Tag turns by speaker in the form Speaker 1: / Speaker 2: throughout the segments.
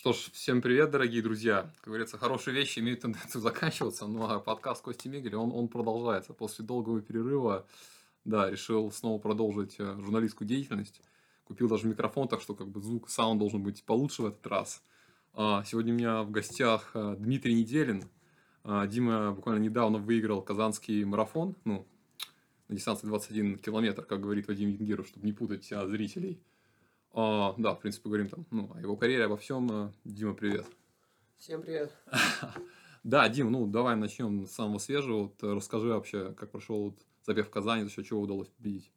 Speaker 1: Что ж, всем привет, дорогие друзья. Как говорится, хорошие вещи имеют тенденцию заканчиваться, но подкаст Кости Мигеля, он продолжается. После долгого перерыва, да, решил снова продолжить журналистскую деятельность. Купил даже микрофон, так что как бы звук, саунд должен быть получше в этот раз. Сегодня у меня в гостях Дмитрий Неделин. Дима буквально недавно выиграл казанский марафон, ну, на дистанции 21 километр, как говорит Вадим Янгиров, чтобы не путать зрителей. Да, в принципе, говорим там, о его карьере, обо всем. Дима, привет.
Speaker 2: Всем привет.
Speaker 1: Да, Дим, давай начнем с самого свежего. Вот расскажи вообще, как прошел забег в Казани, за счет чего удалось победить.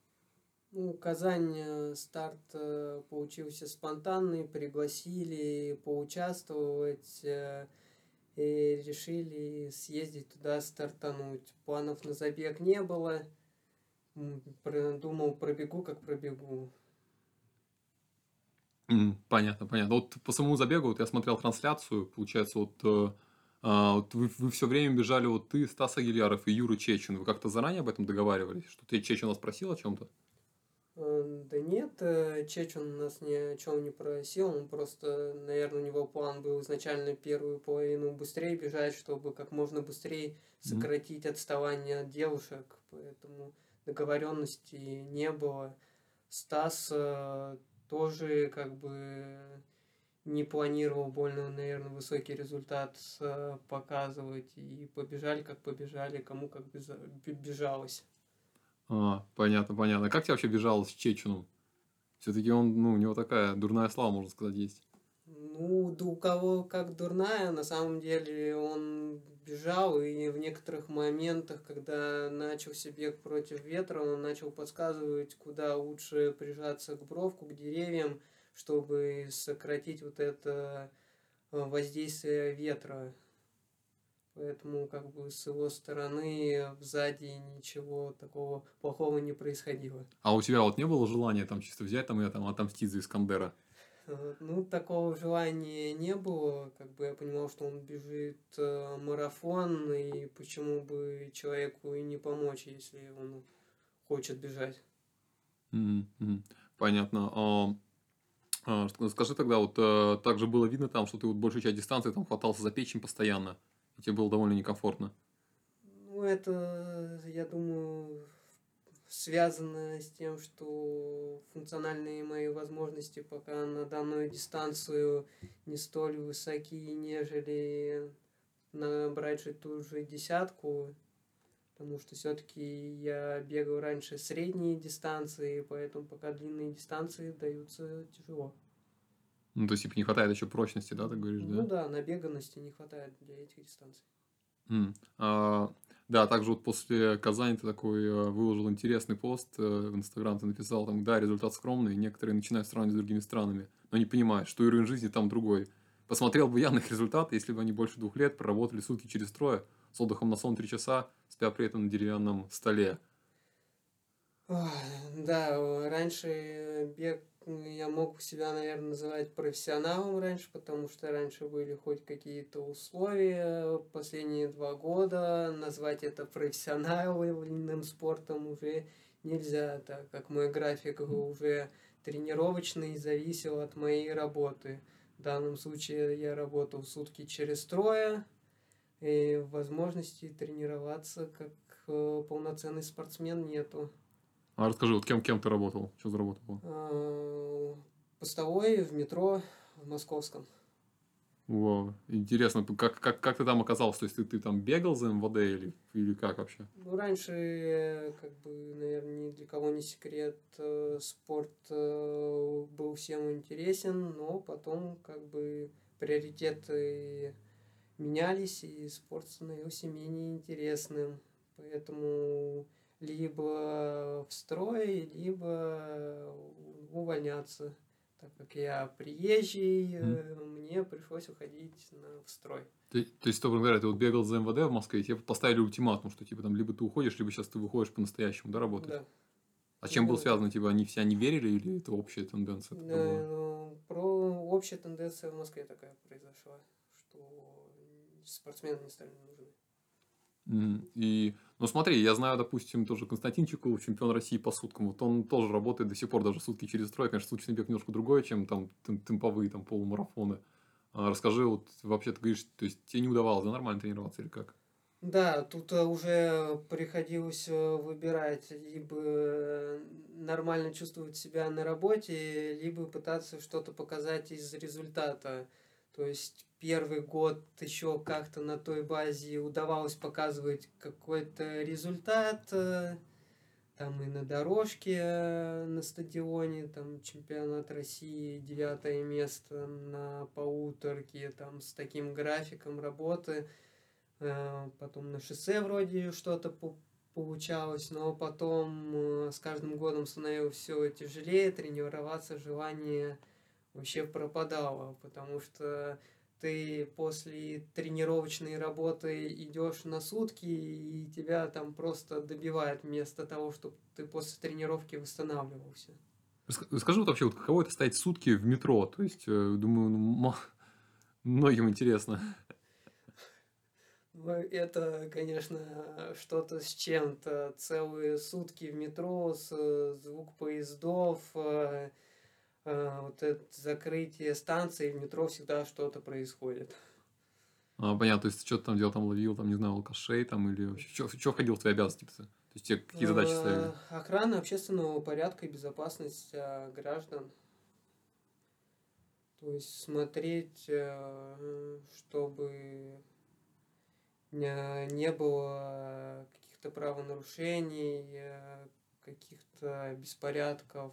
Speaker 2: Казань, старт получился спонтанный, пригласили поучаствовать и решили съездить туда стартануть. Планов на забег не было. Думал, пробегу, как пробегу.
Speaker 1: Понятно. Вот по самому забегу, вот я смотрел трансляцию, получается, вот вы все время бежали, вот ты, Стас Агильяров и Юра Чечин. Вы как-то заранее об этом договаривались? Что ты Чечин вас просил о чем-то?
Speaker 2: Да нет, Чечин нас ни о чем не просил, он просто, наверное, у него план был изначально первую половину быстрее бежать, чтобы как можно быстрее сократить отставание от девушек, поэтому договоренности не было. Стас тоже как бы не планировал больно, наверное, высокий результат показывать, и побежали, как побежали, кому как бежалось.
Speaker 1: Понятно. А как тебе вообще бежал с Чечином? Все-таки он, у него такая дурная слава, можно сказать, есть.
Speaker 2: Да у кого как дурная, на самом деле он бежал, и в некоторых моментах, когда начался бег против ветра, он начал подсказывать, куда лучше прижаться к бровку, к деревьям, чтобы сократить вот это воздействие ветра. Поэтому как бы с его стороны сзади ничего такого плохого не происходило.
Speaker 1: А у тебя вот не было желания там чисто взять там и отомстить за Искандера?
Speaker 2: Такого желания не было. Как бы я понимал, что он бежит марафон, и почему бы человеку и не помочь, если он хочет бежать.
Speaker 1: Понятно. Скажи тогда, вот также было видно там, что ты вот большую часть дистанции там хватался за печень постоянно, и тебе было довольно некомфортно.
Speaker 2: Это, я думаю, связано с тем, что функциональные мои возможности пока на данную дистанцию не столь высоки, нежели набрать же ту же десятку, потому что все-таки я бегал раньше средние дистанции, поэтому пока длинные дистанции даются тяжело.
Speaker 1: То есть, типа, не хватает еще прочности, да, ты говоришь, да?
Speaker 2: Да, набеганности не хватает для этих дистанций.
Speaker 1: Да, также вот после Казани ты такой выложил интересный пост в Инстаграм, ты написал там, да, результат скромный, некоторые начинают сравнивать с другими странами, но не понимают, что уровень жизни там другой. Посмотрел бы я на их результаты, если бы они больше 2 лет проработали сутки через трое, с отдыхом на сон 3 часа, спя при этом на деревянном столе.
Speaker 2: Да, раньше бег я мог себя, наверное, называть профессионалом раньше, потому что раньше были хоть какие-то условия. Последние 2 года назвать это профессиональным спортом уже нельзя, так как мой график уже тренировочный зависел от моей работы. В данном случае я работал сутки через трое, и возможности тренироваться как полноценный спортсмен нету.
Speaker 1: А расскажи, вот кем ты работал? Что за работа была?
Speaker 2: Постовой в метро в Московском.
Speaker 1: Вау, интересно, как ты там оказался? То есть ты там бегал за МВД или как вообще?
Speaker 2: Раньше, как бы, наверное, ни для кого не секрет, спорт был всем интересен, но потом, как бы, приоритеты менялись, и спорт становился менее интересным. Поэтому либо в строй, либо увольняться. Так как я приезжий, мне пришлось уходить в строй.
Speaker 1: То есть, собственно говоря, ты вот бегал за МВД в Москве, и тебе поставили ультиматум, что типа там либо ты уходишь, либо сейчас ты выходишь по-настоящему, да, работать?
Speaker 2: Да.
Speaker 1: А с чем было связано? Типа они все не верили или это общая тенденция такая была?
Speaker 2: Общая тенденция в Москве такая произошла, что спортсмены не стали нужны.
Speaker 1: Смотри, я знаю, допустим, тоже Константин Чекулов, чемпион России по суткам. Вот он тоже работает до сих пор, даже сутки через трое. Конечно, суточный бег немножко другой, чем там темповые там, полумарафоны. Расскажи, вот вообще ты говоришь, то есть тебе не удавалось, да, нормально тренироваться или как?
Speaker 2: Да, тут уже приходилось выбирать, либо нормально чувствовать себя на работе, либо пытаться что-то показать из результата. То есть первый год еще как-то на той базе удавалось показывать какой-то результат, там и на дорожке на стадионе, там чемпионат России, 9 место на полуторке, там с таким графиком работы. Потом на шоссе вроде что-то получалось, но потом с каждым годом становилось все тяжелее, тренироваться желание вообще пропадало, потому что ты после тренировочной работы идешь на сутки, и тебя там просто добивает вместо того, чтобы ты после тренировки восстанавливался.
Speaker 1: Расскажи вот вообще, вот каково это стоять сутки в метро? То есть, думаю, ну, многим интересно.
Speaker 2: Ну, это, конечно, что-то с чем-то. Целые сутки в метро, звук поездов, вот это закрытие станции, в метро всегда что-то происходит.
Speaker 1: Понятно, то есть ты что-то там делал, там ловил, там, не знаю, алкашей там или вообще, что входило в твои обязанности? То есть тебе какие задачи ставили?
Speaker 2: Охрана общественного порядка и безопасность граждан. То есть смотреть, чтобы не было каких-то правонарушений, каких-то беспорядков,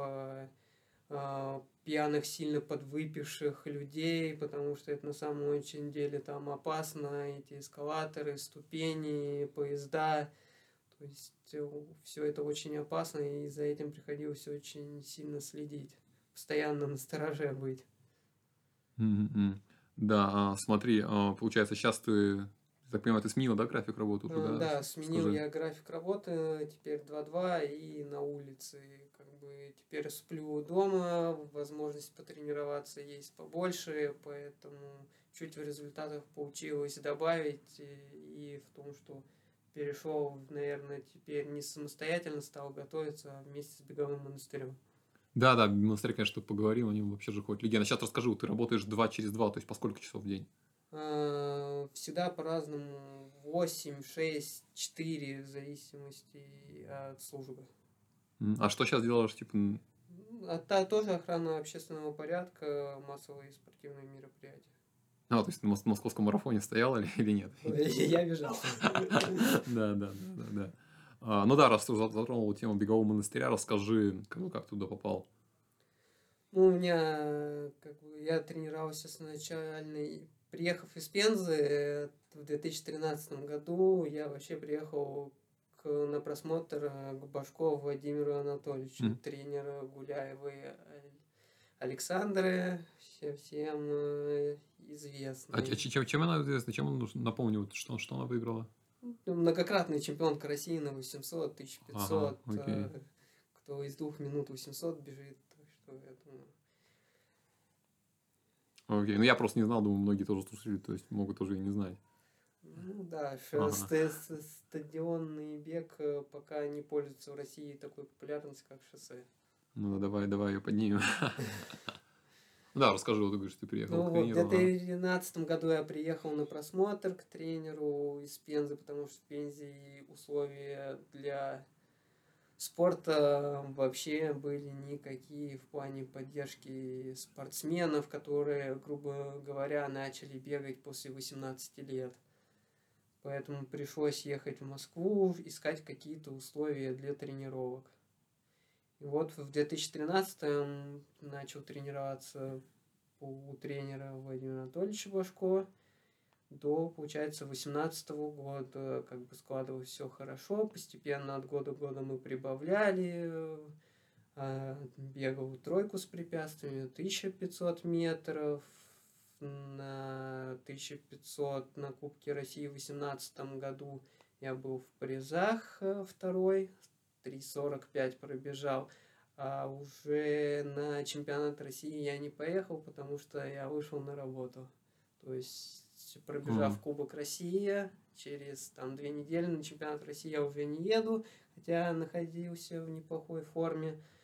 Speaker 2: пьяных, сильно подвыпивших людей, потому что это на самом очень деле там опасно, эти эскалаторы, ступени, поезда. То есть все это очень опасно, и за этим приходилось очень сильно следить, постоянно настороже быть.
Speaker 1: Мгм. Да, смотри, получается, сейчас ты, так понимаю, ты сменила, да, график работы уже, да?
Speaker 2: Да, сменил
Speaker 1: Скажи.
Speaker 2: я график работы, теперь 2-2 и на улице. Как бы теперь сплю дома, возможность потренироваться есть побольше, поэтому чуть в результатах получилось добавить и в том, что перешел, наверное, теперь не самостоятельно стал готовиться, а вместе с беговым монастырем.
Speaker 1: Да, монастырь, конечно, поговорим, о нем вообще же ходит легенда. Сейчас расскажи, вот ты работаешь 2 через 2, то есть по сколько часов в день?
Speaker 2: Всегда по-разному, 8, 6, 4 в зависимости от службы.
Speaker 1: А что сейчас делаешь, типа,
Speaker 2: Тоже охрана общественного порядка, массовые спортивные мероприятия.
Speaker 1: то есть на московском марафоне стоял или нет?
Speaker 2: Я бежал.
Speaker 1: Да. Ну да, раз ты уже затронул тему бегового монастыря, расскажи, ну, как ты туда попал?
Speaker 2: Ну, у меня, как бы, я тренировался сначала, приехав из Пензы в 2013 году, я вообще приехал на просмотр к Башкову Владимиру Анатольевичу, тренера Гуляевой Александры, всем известный.
Speaker 1: Чем она известна? Чем он нужен? Напомни, вот, что она выиграла?
Speaker 2: Многократный чемпионка России на 800, 1500,
Speaker 1: Окей.
Speaker 2: кто из 2 минут 800 бежит, так что я думаю.
Speaker 1: Окей, ну я просто не знал, думаю, многие тоже слушали, то есть могут тоже и не знать.
Speaker 2: Ну да,
Speaker 1: Ага.
Speaker 2: стадионный бег пока не пользуется в России такой популярностью, как шоссе.
Speaker 1: Ну давай ее поднимем. Да, расскажи, вот ты говоришь, ты приехал к
Speaker 2: Ну, в
Speaker 1: тренеру.
Speaker 2: 2012 году я приехал на просмотр к тренеру из Пензы, потому что в Пензе условия для спорта вообще были никакие в плане поддержки спортсменов, которые, грубо говоря, начали бегать после 18 лет. Поэтому пришлось ехать в Москву, искать какие-то условия для тренировок. И вот в 2013 начал тренироваться у тренера Владимира Анатольевича Башко. До, получается, 2018 года как бы складывалось все хорошо. Постепенно от года к году мы прибавляли. Бегал тройку с препятствиями, 1500 метров, на 1500 на Кубке России в 2018 году я был в призах второй, 3:45 пробежал. А уже на чемпионат России я не поехал, потому что я вышел на работу. То есть, пробежав Кубок России, через там 2 недели на чемпионат России я уже не еду, хотя находился в неплохой форме.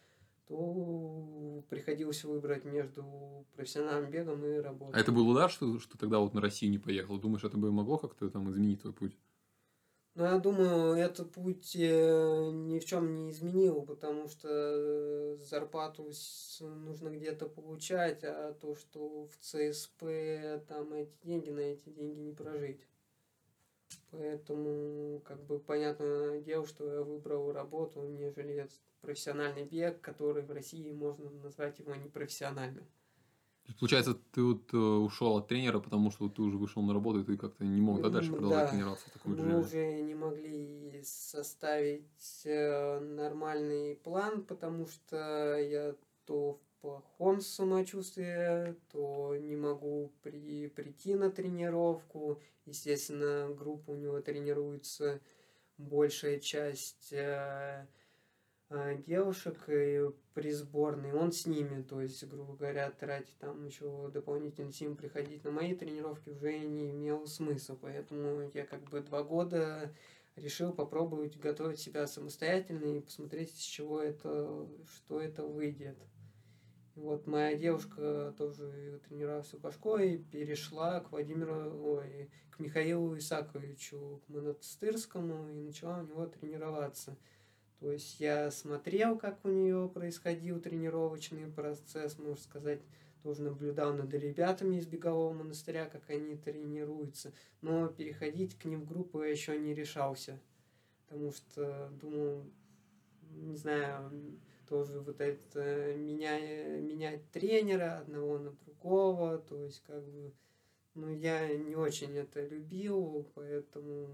Speaker 2: то приходилось выбрать между профессиональным бегом и
Speaker 1: А
Speaker 2: работой.
Speaker 1: это был удар, что тогда вот на Россию не поехал? Думаешь, это бы могло как-то там изменить твой путь?
Speaker 2: Но я думаю, этот путь ни в чем не изменил, потому что зарплату нужно где-то получать, а то, что в ЦСП там на эти деньги не прожить. Поэтому, как бы, понятное дело, что я выбрал работу, нежели профессиональный бег, который в России можно назвать его непрофессиональным.
Speaker 1: То есть, получается, ты вот ушел от тренера, потому что ты уже вышел на работу, и ты как-то не мог дальше продолжать
Speaker 2: Да,
Speaker 1: тренироваться в таком
Speaker 2: мы
Speaker 1: режиме.
Speaker 2: уже не могли составить нормальный план, потому что я то в плохом самочувствии, то не могу прийти на тренировку. Естественно, группа у него тренируется большая часть девушек и при сборной, он с ними, то есть, грубо говоря, тратить там еще дополнительно сил приходить на мои тренировки уже не имело смысла, поэтому я как бы 2 года решил попробовать готовить себя самостоятельно и посмотреть, из чего это, что это выйдет. И вот моя девушка тоже тренировалась в Башко и перешла к к Михаилу Исаковичу, к Монастырскому, и начала у него тренироваться. То есть я смотрел, как у нее происходил тренировочный процесс, можно сказать, тоже наблюдал над ребятами из бегового монастыря, как они тренируются, но переходить к ним в группу я еще не решался, потому что думал, не знаю, тоже вот это менять тренера одного на другого, то есть как бы, ну я не очень это любил, поэтому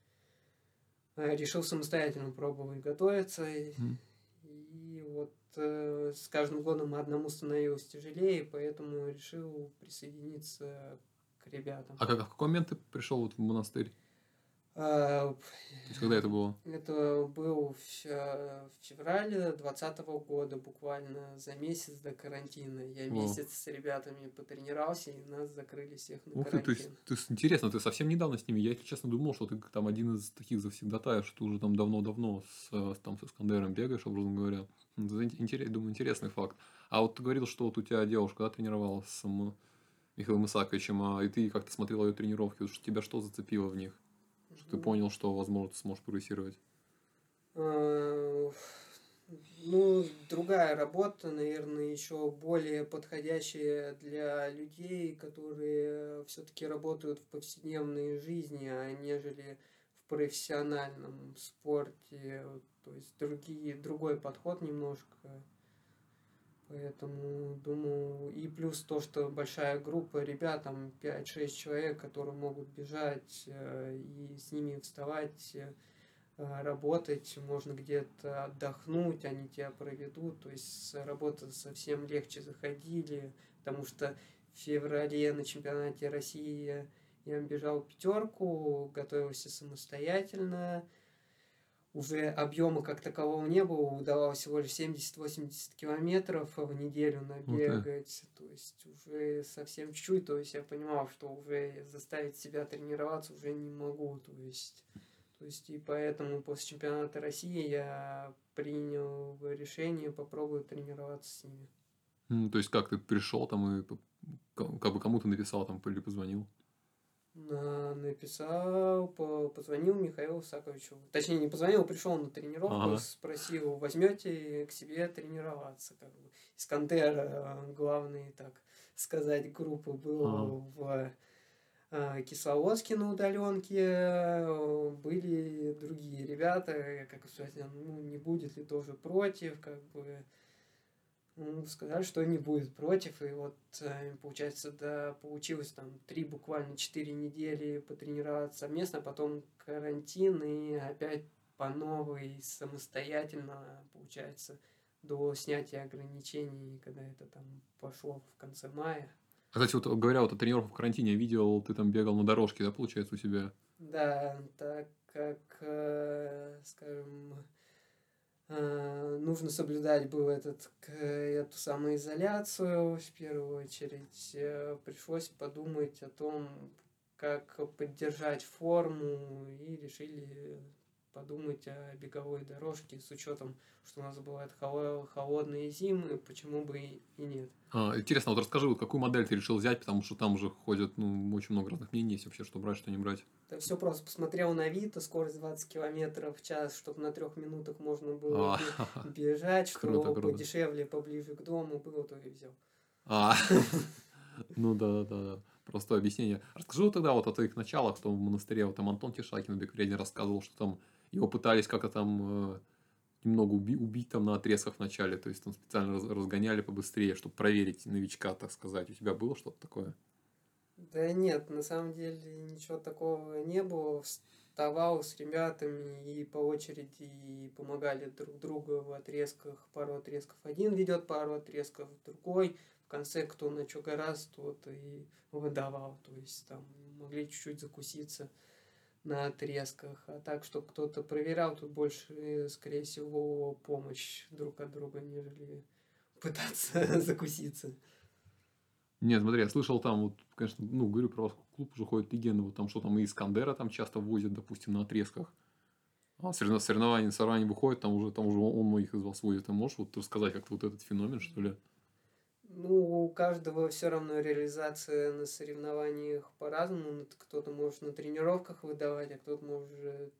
Speaker 2: решил самостоятельно пробовать готовиться. И вот с каждым годом одному становилось тяжелее, поэтому решил присоединиться к ребятам.
Speaker 1: А в какой момент ты пришел вот в монастырь?
Speaker 2: А,
Speaker 1: То есть, когда это было?
Speaker 2: Это был феврале 2020 года, буквально за месяц до карантина. Я месяц с ребятами потренировался, и нас закрыли всех на
Speaker 1: Ух ты,
Speaker 2: карантин.
Speaker 1: то есть интересно, ты совсем недавно с ними. Я, если честно, думал, что ты там один из таких завсегдатаев, что ты уже там давно-давно там с Искандером бегаешь, образно говоря. Думаю, интересный факт. А вот ты говорил, что вот у тебя девушка, да, тренировалась с Михаилом Исаковичем, и ты как-то смотрел ее тренировки. Тебя что зацепило в них? Что ты понял, что, возможно, ты сможешь прогрессировать?
Speaker 2: Ну, другая работа, наверное, еще более подходящая для людей, которые все-таки работают в повседневной жизни, а нежели в профессиональном спорте. То есть другой подход немножко. Поэтому, думаю, и плюс то, что большая группа ребят, там 5-6 человек, которые могут бежать и с ними вставать, работать, можно где-то отдохнуть, они тебя проведут, то есть с работы совсем легче заходили, потому что в феврале на чемпионате России я бежал 5, готовился самостоятельно, уже объема как такового не было, удавалось всего лишь 70-80 километров в неделю набегать, то есть уже совсем чуть-чуть, то есть я понимал, что уже заставить себя тренироваться уже не могу, то есть и поэтому после чемпионата России я принял решение попробовать тренироваться с ними.
Speaker 1: То есть как ты пришел там и как бы кому-то написал там или позвонил?
Speaker 2: Написал, позвонил Михаилу Саковичу. Точнее, не позвонил, пришел на тренировку, спросил, возьмете к себе тренироваться. Как бы. Искандер, главный, так сказать, группы, был в Кисловодске на удаленке, были другие ребята, как сказать, ну, не будет ли тоже против, как бы, сказали, что не будет против, и вот, получается, да, получилось там 4 недели потренироваться совместно, а потом карантин, и опять по новой самостоятельно, получается, до снятия ограничений, когда это там пошло в конце мая.
Speaker 1: Кстати, вот говоря вот о тренировках в карантине, я видел, ты там бегал на дорожке, да, получается, у себя?
Speaker 2: Да, так как, скажем, нужно соблюдать было эту самоизоляцию, в первую очередь пришлось подумать о том, как поддержать форму, и решили подумать о беговой дорожке с учетом, что у нас бывают холодные зимы, почему бы и нет.
Speaker 1: Интересно, вот расскажи, вот какую модель ты решил взять, потому что там уже ходят, ну, очень много разных мнений есть вообще, что брать, что не брать.
Speaker 2: Да все просто посмотрел на Авито, скорость 20 километров в час, чтобы на 3 минутах можно было
Speaker 1: А,
Speaker 2: бежать,
Speaker 1: Круто,
Speaker 2: что
Speaker 1: круто.
Speaker 2: подешевле, поближе к дому было, то и взял.
Speaker 1: А, Ну да. Простое объяснение. Расскажи вот тогда вот о твоих началах в том монастыре. Вот там Антон Тишакин в Беккерене рассказывал, что там его пытались как-то там немного убить там на отрезках в начале. То есть там специально разгоняли побыстрее, чтобы проверить новичка, так сказать. У тебя было что-то такое?
Speaker 2: Да нет, на самом деле ничего такого не было. Вставал с ребятами и по очереди и помогали друг другу в отрезках. Пару отрезков один ведет, пару отрезков другой. В конце кто на что гораздо, тот и выдавал. То есть там могли чуть-чуть закуситься на отрезках. А так, чтобы кто-то проверял, тут больше, скорее всего, помощь друг от друга, нежели пытаться закуситься.
Speaker 1: Нет, смотри, я слышал там, вот, конечно, ну, говорю, про вас клуб уже ходит легенда, вот там, что там и Искандера там часто возят, допустим, на отрезках. А соревнования выходят, там уже он многих из вас возит. Ты можешь вот рассказать как-то вот этот феномен, что ли?
Speaker 2: Ну, у каждого все равно реализация на соревнованиях по-разному. Кто-то может на тренировках выдавать, а кто-то может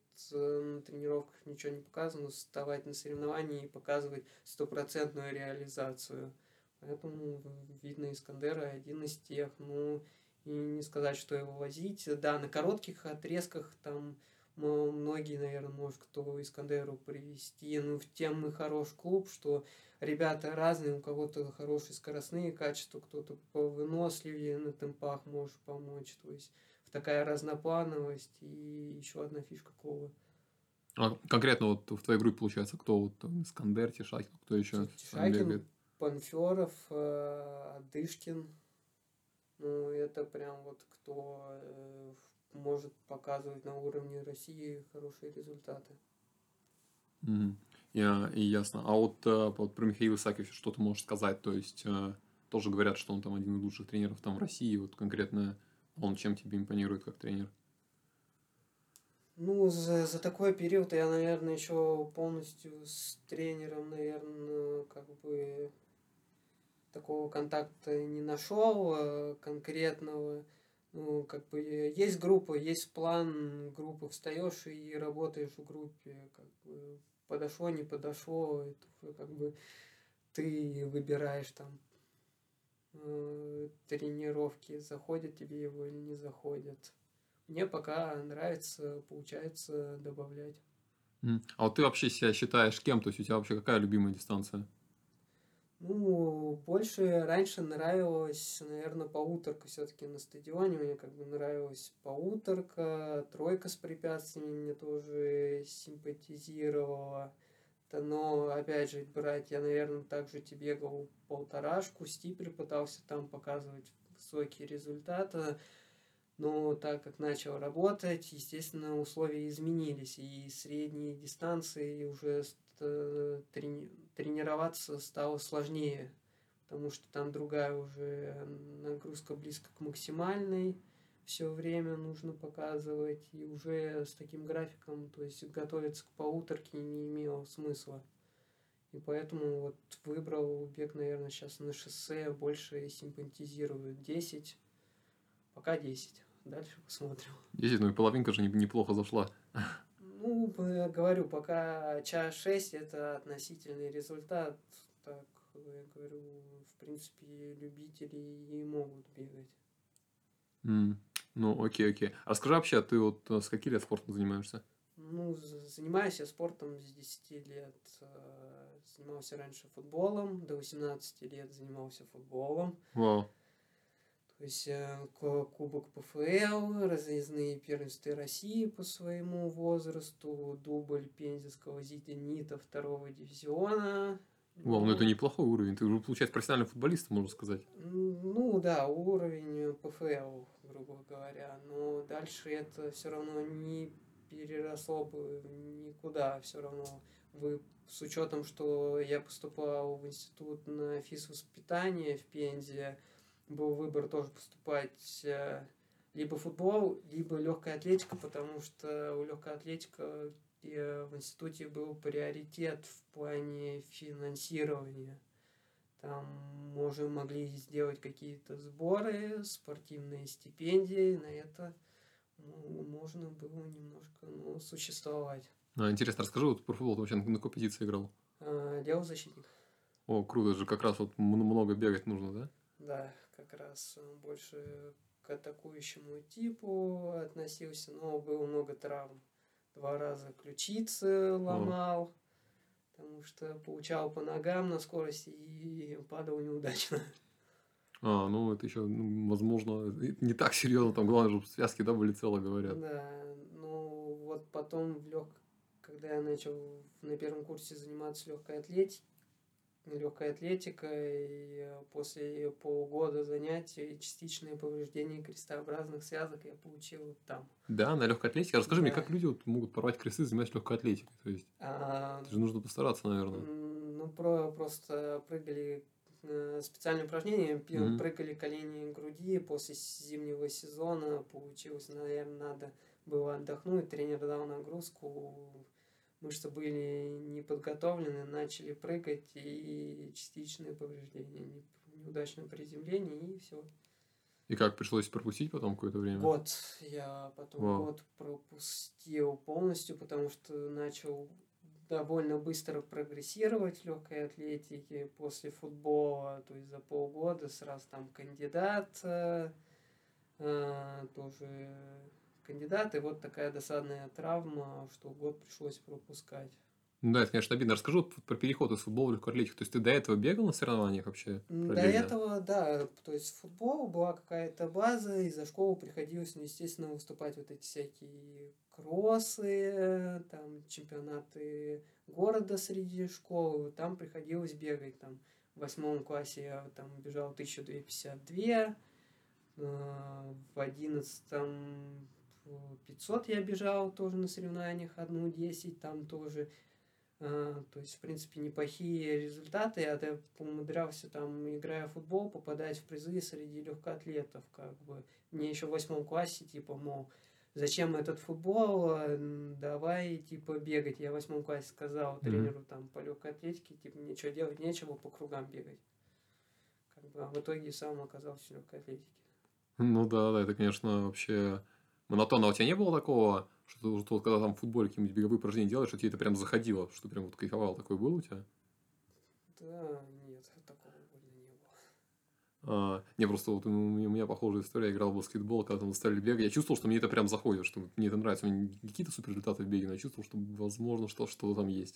Speaker 2: на тренировках ничего не показано, вставать на соревнования и показывать стопроцентную реализацию. Поэтому видно Искандера один из тех. Ну, и не сказать, что его возить. Да, на коротких отрезках там многие, наверное, может кто Искандеру привести. Ну, в тем и хорош клуб, что ребята разные, у кого-то хорошие скоростные качества, кто-то повыносливее на темпах может помочь. То есть такая разноплановость и еще одна фишка клуба.
Speaker 1: А конкретно вот в твоей группе, получается, кто вот там, Искандер, Тишакин, кто еще с вами
Speaker 2: Тишакин,
Speaker 1: бегает?
Speaker 2: Панферов, Адышкин. Ну, это прям вот кто может показывать на уровне России хорошие результаты.
Speaker 1: Мгм. И ясно. А вот про Михаила Исаакиевича что ты можешь сказать? То есть, тоже говорят, что он там один из лучших тренеров там в России. Вот конкретно он чем тебе импонирует как тренер?
Speaker 2: Ну, за такой период я, наверное, еще полностью с тренером, наверное, как бы такого контакта не нашел конкретного. Ну, как бы есть группа, есть план группы, встаешь и работаешь в группе. Как бы подошло, не подошло, это уже как бы ты выбираешь там тренировки, заходят тебе его или не заходят. Мне пока нравится, получается добавлять.
Speaker 1: А вот ты вообще себя считаешь кем? То есть, у тебя вообще какая любимая дистанция?
Speaker 2: Ну, больше раньше нравилось, наверное, полуторка все-таки на стадионе. Мне как бы нравилась полуторка, тройка с препятствиями мне тоже симпатизировала. Но, опять же, брать я, наверное, также тебе бегал полторашку, стипель пытался там показывать высокие результаты. Но так как начал работать, естественно, условия изменились, и средние дистанции уже тренироваться стало сложнее, потому что там другая уже нагрузка близко к максимальной, все время нужно показывать, и уже с таким графиком, то есть готовиться к полуторке не имело смысла. И поэтому вот выбрал бег, наверное, сейчас на шоссе, больше симпатизирует 10, пока 10. Дальше посмотрим.
Speaker 1: 10, ну и половинка же неплохо зашла.
Speaker 2: Ну, говорю, пока час 6 это относительный результат. Так, я говорю, в принципе, любители и могут бегать.
Speaker 1: Ну, окей. А расскажи вообще, а ты вот с каким видом спорта занимаешься?
Speaker 2: Ну, занимаюсь я спортом с 10 лет. Занимался раньше футболом, до 18 лет занимался футболом.
Speaker 1: Вау.
Speaker 2: То есть Кубок ПФЛ, разъездные первенства России по своему возрасту, дубль пензенского «Зенита» второго дивизиона.
Speaker 1: Вау, ну это неплохой уровень. Ты уже, получается, профессиональный футболист, можно сказать.
Speaker 2: Ну да, уровень ПФЛ, грубо говоря. Но дальше это все равно не переросло бы никуда. Все равно вы с учетом, что я поступал в институт на физвоспитание в Пензе, был выбор тоже поступать либо футбол, либо легкая атлетика, потому что у легкой атлетика в институте был приоритет в плане финансирования. Там могли сделать какие-то сборы, спортивные стипендии, на это можно было немножко существовать.
Speaker 1: Интересно, расскажи вот про футбол. Ты вообще на какой позиции играл?
Speaker 2: Левый защитник.
Speaker 1: О, круто, это же как раз вот много бегать нужно, да?
Speaker 2: Да, как раз больше к атакующему типу относился, но было много травм. 2 раза ключицы ломал, потому что получал по ногам на скорости и падал неудачно.
Speaker 1: Ну это еще, возможно, не так серьезно. Там главное, чтобы связки, да, были целы, говорят.
Speaker 2: Да, ну вот потом когда я начал на первом курсе заниматься легкой атлетикой, после полугода занятий частичное повреждение крестообразных связок я получил там.
Speaker 1: Да, на легкой атлетике. Расскажи мне,
Speaker 2: Да.
Speaker 1: как люди вот могут порвать кресты, занимаясь легкой атлетикой? То есть, это же нужно постараться, наверное.
Speaker 2: Ну, просто прыгали специальные упражнения,
Speaker 1: Мгм.
Speaker 2: прыгали колени груди после зимнего сезона, получилось, наверное, надо было отдохнуть, тренер дал нагрузку, мышцы были не подготовлены, начали прыгать, и частичное повреждение, неудачное приземление, и все.
Speaker 1: И как, пришлось пропустить потом какое-то время?
Speaker 2: Год я потом
Speaker 1: Вау.
Speaker 2: год пропустил полностью, потому что начал довольно быстро прогрессировать в легкой атлетике после футбола, то есть за полгода сразу там кандидат, тоже кандидат, и вот такая досадная травма, что год пришлось пропускать.
Speaker 1: Ну да, это, конечно, обидно. Расскажи вот про переход из футбола в легкую атлетику. То есть, ты до этого бегал на соревнованиях вообще
Speaker 2: До
Speaker 1: параллельно?
Speaker 2: этого, да, то есть футбол была какая-то база, и за школу приходилось, естественно, выступать вот эти всякие кроссы, там чемпионаты города среди школ, там приходилось бегать, там в 8 классе я там бежал 1252, в 11 500 я бежал тоже на соревнованиях 1:10, там тоже. То есть, в принципе, неплохие результаты. Я умудрялся, там, играя в футбол, попадать в призы среди легкоатлетов. Как бы. Мне еще в 8 классе, типа, мол, зачем этот футбол, давай, типа, бегать. Я в 8 классе сказал тренеру там по легкой атлетике, типа, ничего делать нечего, по кругам бегать. Как бы, а в итоге сам оказался в легкой атлетике.
Speaker 1: Ну да, это, конечно, вообще монотонно. А у тебя не было такого, что вот когда там в футболе какие-нибудь беговые упражнения делаешь, что тебе это прям заходило, что прям вот кайфовал? Такое было у тебя?
Speaker 2: Да, нет, такого больно не было.
Speaker 1: Не, просто вот у меня похожая история. Я играл в баскетбол, когда там заставили бегать. Я чувствовал, что мне это прям заходит, что мне это нравится. У меня не какие-то супер результаты в беге, но я чувствовал, что, возможно, что-то там есть.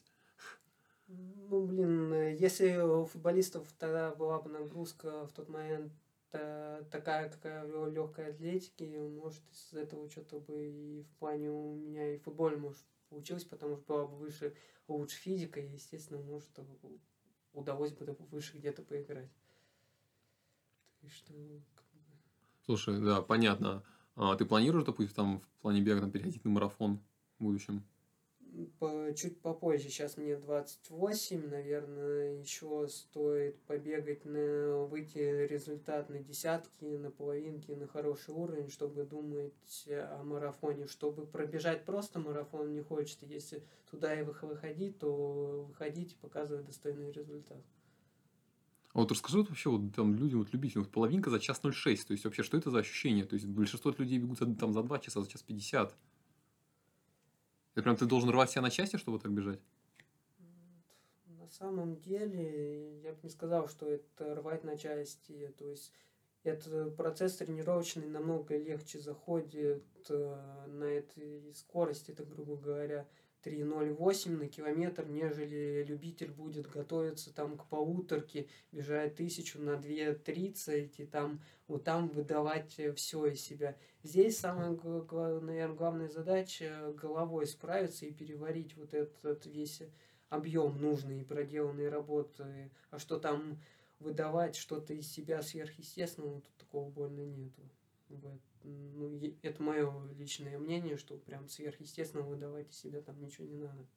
Speaker 2: Ну, блин, если у футболистов тогда была бы нагрузка в тот момент такая, какая в легкой атлетике, может, из этого что-то бы и в плане у меня и в футболе, может, получилось, потому что была бы лучше физика, и, естественно, может, удалось бы выше где-то поиграть. Так что,
Speaker 1: Слушай, да, понятно. Ты планируешь, допустим, там в плане бега там, переходить на марафон в будущем?
Speaker 2: чуть попозже, сейчас мне 28, наверное, еще стоит побегать, выйти результат на десятки, на половинки, на хороший уровень, чтобы думать о марафоне. Чтобы пробежать просто марафон не хочется. Если туда и выходить, то выходить и показывать достойный результат.
Speaker 1: А вот расскажи вот вообще вот там людям, вот любителям, вот половинка за час 06, то есть вообще что это за ощущение? То есть большинство людей бегут там за 2 часа, за час 50. Это прям ты должен рвать себя на части, чтобы так бежать?
Speaker 2: На самом деле, я бы не сказал, что это рвать на части. То есть, этот процесс тренировочный намного легче заходит на этой скорости, это, грубо говоря, 3:08 на километр, нежели любитель будет готовиться там к полуторке, бежать 1000 на 2:30 и там выдавать все из себя. Здесь самая, наверное, главная задача головой справиться и переварить вот этот весь объем нужной и проделанной работы, а что там выдавать что-то из себя сверхъестественного, тут такого больно нету. Это мое личное мнение, что прям сверхъестественно выдавать из себя там ничего не надо.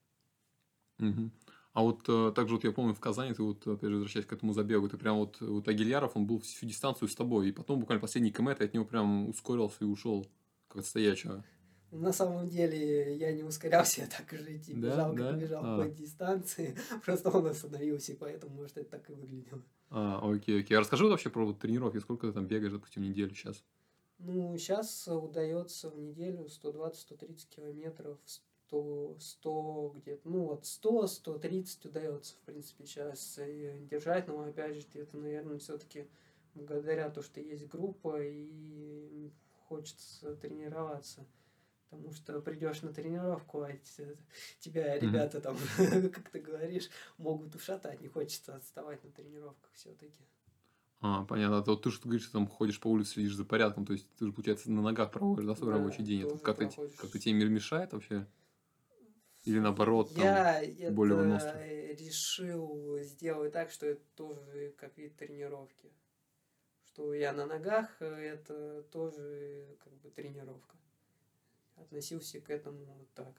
Speaker 1: Мгм. А вот также вот я помню в Казани, ты вот опять же возвращаясь к этому забегу, ты прям вот Агильяров, он был всю дистанцию с тобой, и потом буквально последний км ты от него прям ускорился и ушел как от стоячего.
Speaker 2: На самом деле я не ускорялся, я так же идти
Speaker 1: Да,
Speaker 2: бежал, как
Speaker 1: да?
Speaker 2: бежал по дистанции. Просто он остановился, и поэтому, может, это так и выглядело.
Speaker 1: Окей, окей. А расскажи вот вообще про вот тренировки. Сколько ты там бегаешь, допустим, в неделю сейчас?
Speaker 2: Ну, сейчас удается в неделю 120-130 километров, 100 где-то, ну, вот 100-130 удается, в принципе, сейчас держать, но, опять же, это, наверное, все-таки благодаря тому, что есть группа и хочется тренироваться. Потому что придешь на тренировку, а тебя
Speaker 1: Мгм.
Speaker 2: ребята там, как ты говоришь, могут ушатать, не хочется отставать на тренировках все-таки.
Speaker 1: Понятно. А то вот ты что говоришь, что там ходишь по улице, следишь за порядком. То есть ты же, получается, на ногах проводишь, да, свой рабочий
Speaker 2: Да,
Speaker 1: день. Это
Speaker 2: тоже
Speaker 1: как-то
Speaker 2: проходишь.
Speaker 1: тебе мешает вообще? Или наоборот, там
Speaker 2: Я
Speaker 1: более
Speaker 2: это
Speaker 1: вынослив?
Speaker 2: решил сделать так, что это тоже как вид тренировки. Что я на ногах, это тоже как бы тренировка. Относился к этому вот так.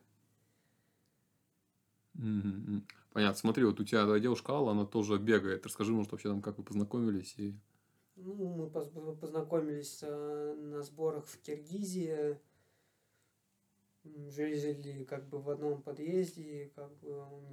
Speaker 1: Мгм. Понятно. Смотри, вот у тебя твоя девушка Алла, она тоже бегает. Расскажи, может, вообще там, как вы познакомились и...
Speaker 2: Ну, мы познакомились на сборах в Киргизии. Жили как бы в одном подъезде, как бы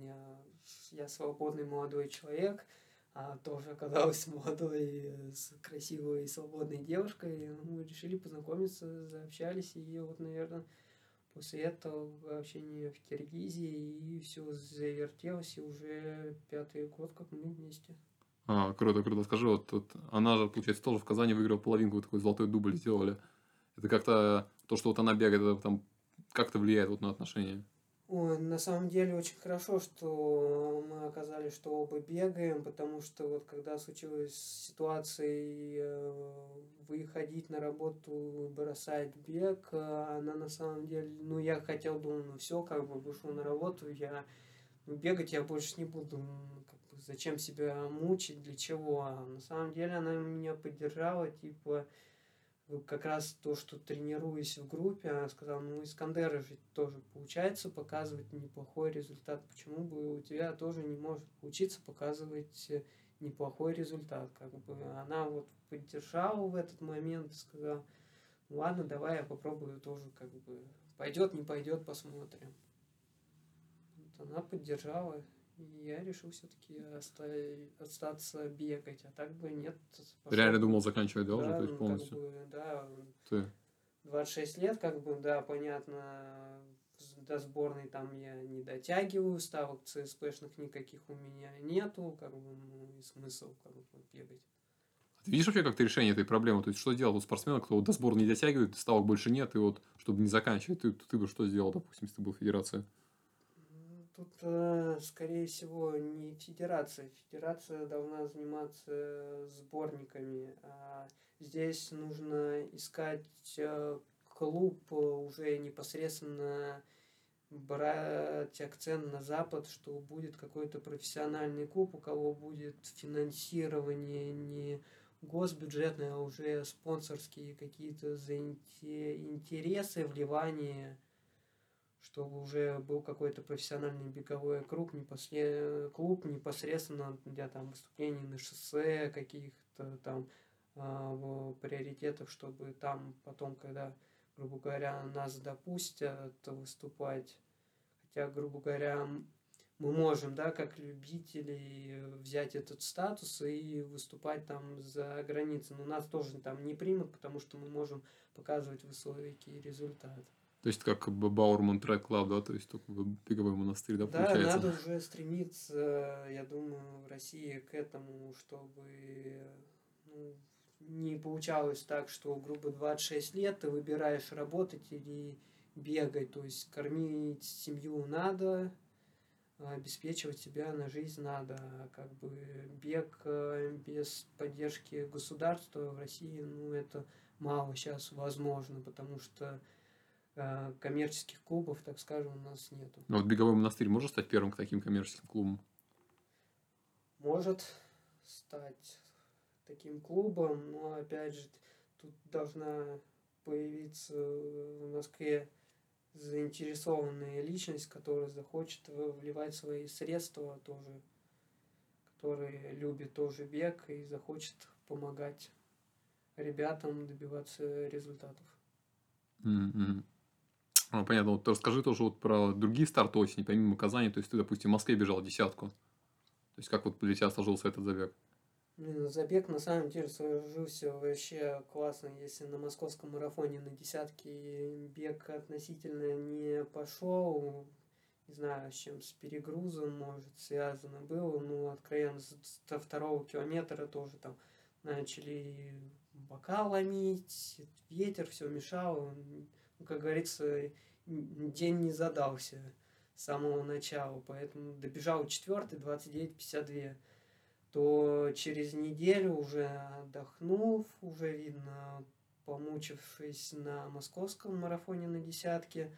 Speaker 2: я свободный молодой человек, а тоже оказалась молодой, красивой и свободной девушкой. Мы решили познакомиться, заобщались, и вот, наверное, после этого общения в Киргизии, и все завертелось, и уже 5-й год, как мы вместе.
Speaker 1: Круто, круто. Скажи, вот она же, получается, тоже в Казани выиграла половинку, вот такой золотой дубль сделали. Это как-то то, что вот она бегает, это там как-то влияет вот на отношения?
Speaker 2: Ой, на самом деле очень хорошо, что мы оказались, что оба бегаем, потому что вот когда случилась ситуация выходить на работу, бросать бег, она на самом деле, ну я хотел, думал, ну все, как бы вышел на работу, бегать я больше не буду, как бы, зачем себя мучить, для чего, а на самом деле она меня поддержала, типа, как раз то, что тренируюсь в группе, она сказала, ну, Искандера же тоже получается показывать неплохой результат. Почему бы у тебя тоже не может получиться показывать неплохой результат? Как бы она вот поддержала в этот момент и сказала, ну, ладно, давай я попробую тоже, как бы, пойдет, не пойдет, посмотрим. Вот она поддержала, и я решил все-таки остаться бегать, а так бы нет,
Speaker 1: Ты
Speaker 2: пошел
Speaker 1: реально думал
Speaker 2: бы,
Speaker 1: заканчивать, да, уже, то
Speaker 2: да,
Speaker 1: есть
Speaker 2: ну, как
Speaker 1: полностью?
Speaker 2: бы, да,
Speaker 1: Ты.
Speaker 2: 26 лет, как бы, да, понятно, до сборной там я не дотягиваю, ставок ЦСПшных никаких у меня нету, как бы, ну, и смысл, как бы, бегать.
Speaker 1: Ты видишь вообще как-то решение этой проблемы? То есть, что делать у спортсмена, кто вот до сбора не дотягивает, ставок больше нет, и вот, чтобы не заканчивать, ты бы что сделал, допустим, если ты был в федерации?
Speaker 2: Тут, скорее всего, не федерация. Федерация должна заниматься сборниками. А здесь нужно искать клуб уже непосредственно брать акцент на Запад, что будет какой-то профессиональный клуб, у кого будет финансирование не госбюджетное, а уже спонсорские какие-то интересы, вливания, чтобы уже был какой-то профессиональный беговой клуб непосредственно для там выступлений на шоссе, каких-то там в приоритетах, чтобы там потом, когда, грубо говоря, нас допустят выступать, хотя, грубо говоря, мы можем, да, как любители взять этот статус и выступать там за границей, но нас тоже там не примут, потому что мы можем показывать высокий результат.
Speaker 1: То есть, как Баурман Трек Клаб, да, то есть, только беговой монастырь, да,
Speaker 2: Да,
Speaker 1: получается?
Speaker 2: надо уже стремиться, я думаю, в России к этому, чтобы ну, не получалось так, что, грубо, 26 лет ты выбираешь работать или бегать, то есть кормить семью надо, обеспечивать себя на жизнь надо, а как бы бег без поддержки государства в России, ну, это мало сейчас возможно, потому что коммерческих клубов, так скажем, у нас нету.
Speaker 1: Ну, вот беговой монастырь может стать первым к таким коммерческим клубам?
Speaker 2: Может стать таким клубом, но опять же тут должна появиться в Москве заинтересованная личность, которая захочет вливать свои средства тоже, который любит тоже бег и захочет помогать ребятам добиваться результатов.
Speaker 1: М-м. Понятно. Вот расскажи тоже вот про другие старты осени, помимо Казани. То есть ты, допустим, в Москве бежал десятку. То есть как вот для тебя сложился этот забег?
Speaker 2: Блин, забег на самом деле сложился вообще классно, если на московском марафоне на десятке бег относительно не пошел, не знаю, с чем, с перегрузом, может, связано было, ну, откровенно, со второго километра тоже там начали бока ломить, ветер, все мешало, ну, как говорится, день не задался с самого начала, поэтому добежал четвертый, 29:52, то через неделю уже отдохнув, уже видно, помучившись на московском марафоне на десятке,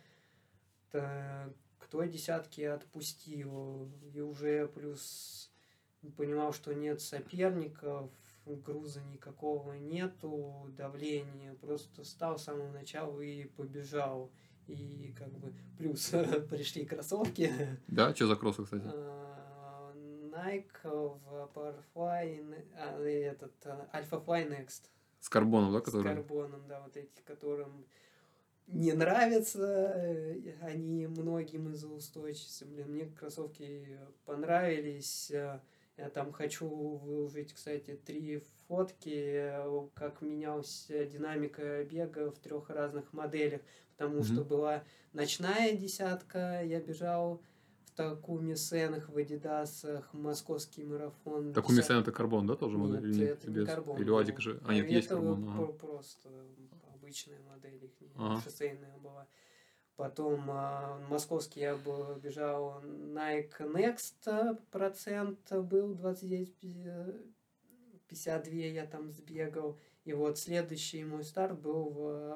Speaker 2: к той десятке отпустил. И уже плюс понимал, что нет соперников, груза никакого нету, давления. Просто встал с самого начала и побежал. И как бы плюс пришли кроссовки.
Speaker 1: Да, что за кроссы, кстати?
Speaker 2: Nike Vaporfly, этот Alpha Fly Next.
Speaker 1: С карбоном, да,
Speaker 2: С
Speaker 1: который?
Speaker 2: карбоном, да, вот эти, которым не нравятся они многим из-за устойчивости. Блин, мне кроссовки понравились. Я там хочу выложить, кстати, 3 фотки, как менялась динамика бега в 3 разных моделях. Потому что была ночная десятка, я бежал в Такуми Сенах, в Адидасах, московский марафон.
Speaker 1: Такуми Сен это карбон, да, тоже модель?
Speaker 2: Нет,
Speaker 1: Или нет?
Speaker 2: это не
Speaker 1: Без?
Speaker 2: карбон.
Speaker 1: Или у Адика же? А, нет, есть
Speaker 2: Это
Speaker 1: карбон. Ага.
Speaker 2: просто обычная модель, их
Speaker 1: Ага.
Speaker 2: шоссейная была. Потом московский я бежал Nike Next, процент был 29:52, я там сбегал. И вот следующий мой старт был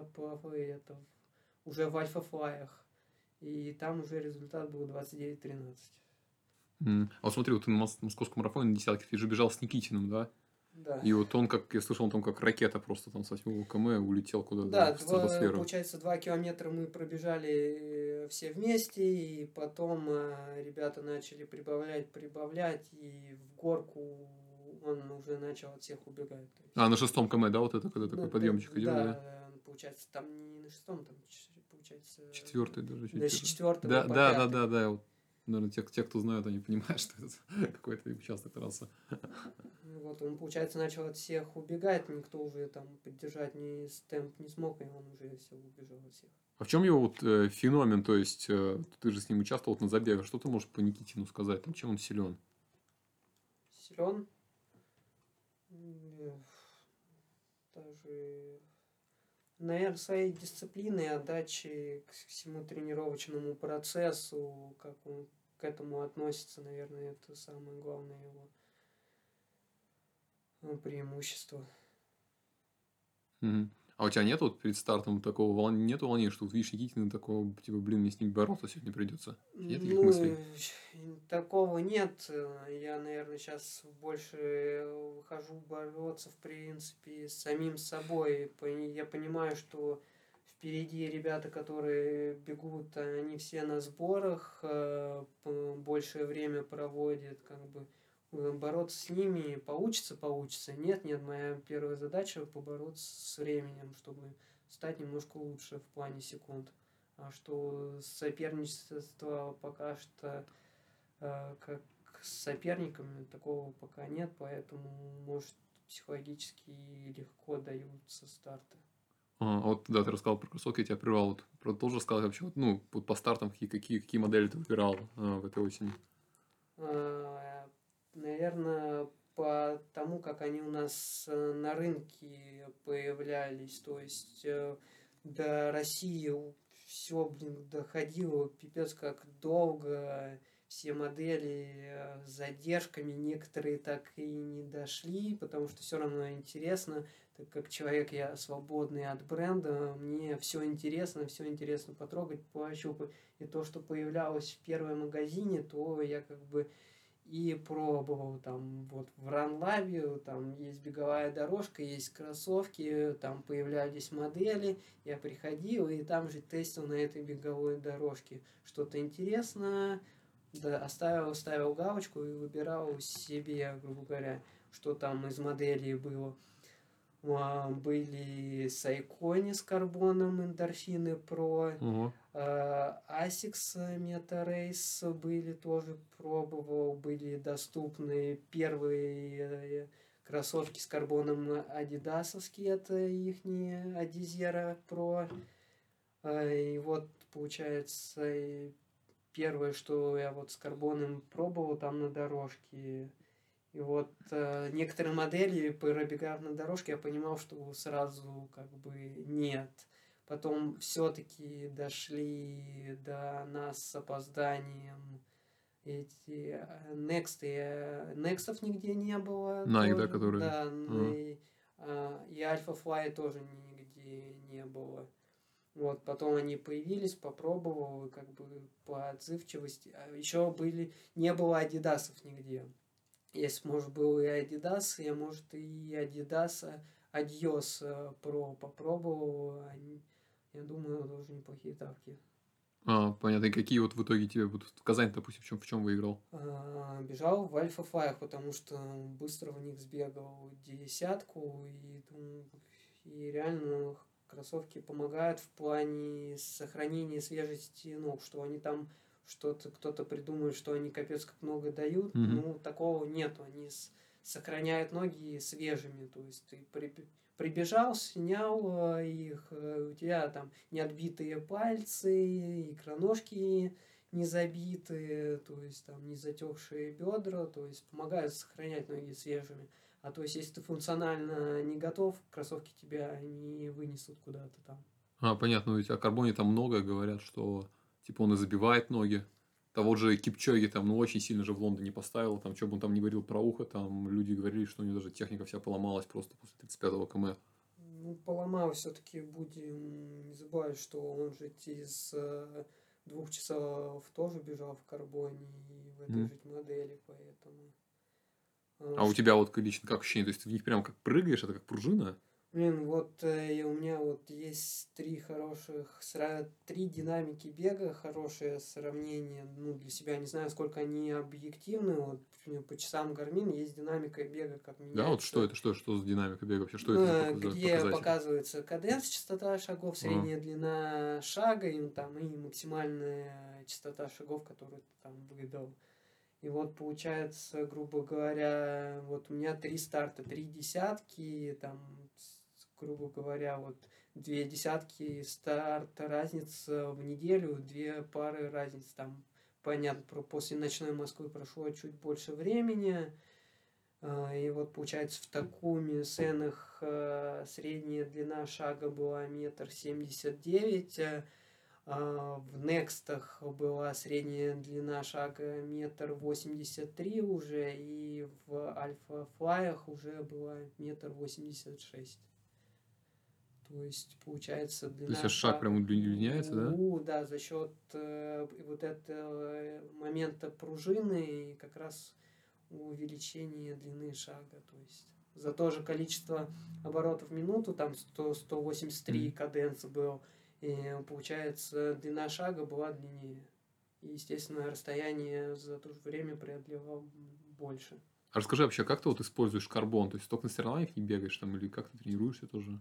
Speaker 2: уже в альфа-флаях. И там уже результат был 29:13.
Speaker 1: А вот смотри, вот ты на московском марафоне на десятке, ты же бежал с Никитиным, да?
Speaker 2: Да.
Speaker 1: И вот он, как я слышал, он там как ракета просто там с 8 км улетел куда-то
Speaker 2: Да,
Speaker 1: в стратосферу.
Speaker 2: получается, 2 километра мы пробежали все вместе, и потом ребята начали прибавлять, и в горку он уже начал от всех убегать.
Speaker 1: А, на 6 км, да, вот это, когда такой подъемчик идет, да?
Speaker 2: Да, получается, там не на 6-м, там, получается...
Speaker 1: 4-й даже.
Speaker 2: На 4-м
Speaker 1: Да,
Speaker 2: и по
Speaker 1: да,
Speaker 2: 5-й.
Speaker 1: да. Вот, наверное, те, кто знают, они понимают, что это какой-то участок трассы.
Speaker 2: Вот он, получается, начал от всех убегать, никто уже там поддержать темп не смог, и он уже все убежал от всех.
Speaker 1: А в чем его вот феномен? То есть, ты же с ним участвовал на забегах. Что ты можешь по Никитину сказать? Там, чем он силен?
Speaker 2: Силен? Даже, наверное, своей дисциплиной, отдачей к всему тренировочному процессу, как он к этому относится, наверное, это самое главное его преимущество.
Speaker 1: Мгм. А у тебя нет вот перед стартом такого нету волнения, что вот видишь Никитина такого, типа, блин, мне с ним бороться сегодня придется? Нет таких мыслей?
Speaker 2: Такого нет. Я, наверное, сейчас больше выхожу бороться, в принципе, с самим собой. Я понимаю, что впереди ребята, которые бегут, они все на сборах, большее время проводят, как бы бороться с ними получится. Нет, моя первая задача побороться с временем, чтобы стать немножко лучше в плане секунд. А что соперничество пока что как с соперниками такого пока нет, поэтому, может, психологически легко даются старты.
Speaker 1: А вот да, ты рассказал про кроссовки, я тебя прервал. Вот, продолжи сказать вообще, вот, ну, вот по стартам, какие модели ты выбирал в этой осени?
Speaker 2: Наверное, по тому, как они у нас на рынке появлялись, то есть до России все, блин, доходило пипец как долго, все модели с задержками, некоторые так и не дошли, потому что все равно интересно, так как человек я свободный от бренда, мне все интересно потрогать, пощупать, и то, что появлялось в первом магазине, то я как бы и пробовал там вот в Ранлабе, там есть беговая дорожка, есть кроссовки, там появлялись модели, я приходил и там же тестил на этой беговой дорожке что-то интересное, да, ставил галочку и выбирал себе, грубо говоря, что там из моделей было. Были Сайкони с карбоном, эндорфины Pro,
Speaker 1: Ого.
Speaker 2: Asics Meta Race были, тоже пробовал. Были доступны первые кроссовки с карбоном адидасовские, это их Adizero Pro. И вот, получается, первое, что я вот с карбоном пробовал там на дорожке. И вот некоторые модели, пробегав на дорожке, я понимал, что сразу как бы нет. Потом все-таки дошли до нас с опозданием эти Некстов нигде не было
Speaker 1: Nike, да,
Speaker 2: тоже.
Speaker 1: которые...
Speaker 2: Да,
Speaker 1: Ага.
Speaker 2: и Альфа Флай тоже нигде не было. Вот, потом они появились, попробовал, и как бы по отзывчивости. А еще не было адидасов нигде. Если, может, был и Adidas, я, может, и Adidas Adios Pro попробовал. Я думаю, тоже неплохие тапки.
Speaker 1: Понятно. И какие вот в итоге тебе будут... В Казани, допустим, в чем выиграл?
Speaker 2: Бежал в Альфа Флаях, потому что быстро в них сбегал десятку, и реально кроссовки помогают в плане сохранения свежести ног, что они там кто-то придумает, что они капец как много дают, ну, такого нету, они сохраняют ноги свежими, то есть ты прибежал, снял их, у тебя там не отбитые пальцы, икроножки не забитые, то есть там не затекшие бедра, то есть помогают сохранять ноги свежими. А то есть, если ты функционально не готов, кроссовки тебя не вынесут куда-то там.
Speaker 1: Понятно. Ведь о карбоне там много говорят, что типа он и забивает ноги. Того же Кипчоги там, ну, очень сильно же в Лондоне поставил. Там, что бы он там не говорил про ухо, там люди говорили, что у него даже техника вся поломалась просто после 35-го км.
Speaker 2: Ну, поломал все-таки, будем не забывать, что он же из 2 часов тоже бежал в карбоне и в этой же модели, поэтому...
Speaker 1: А у тебя вот лично как ощущение? То есть, ты в них прям как прыгаешь, это как пружина?
Speaker 2: Блин, вот и у меня вот есть три динамики бега, хорошее сравнение, ну, для себя, не знаю, сколько они объективны, вот по часам Garmin есть динамика бега, как
Speaker 1: Да, вот что
Speaker 2: меняется.
Speaker 1: это? Что за динамика бега вообще? Что это за
Speaker 2: Где
Speaker 1: показатели?
Speaker 2: показывается каденс, частота шагов, средняя длина шага и максимальная частота шагов, которую ты там выдал. И вот получается, грубо говоря, вот у меня 3 старта, 3 десятки, там, грубо говоря, вот 2 десятки старта разница в неделю, 2 пары разниц. Там, понятно, после ночной Москвы прошло чуть больше времени. И вот получается в Такуме Сенах средняя длина шага была 1,79 м, в Некстах была средняя длина шага 1,83 м уже, и в Альфа Флаях уже была 1,86 м. То есть, получается,
Speaker 1: То есть,
Speaker 2: длина
Speaker 1: шаг прям удлиняется, да?
Speaker 2: Да, за счет вот этого момента пружины и как раз увеличение длины шага. То есть, за то же количество оборотов в минуту, там 183 каденс был, и получается, длина шага была длиннее. И, естественно, расстояние за то же время преодолевал больше.
Speaker 1: А расскажи вообще, как ты вот используешь карбон? То есть, только на соревнованиях не бегаешь там, или как ты тренируешься тоже?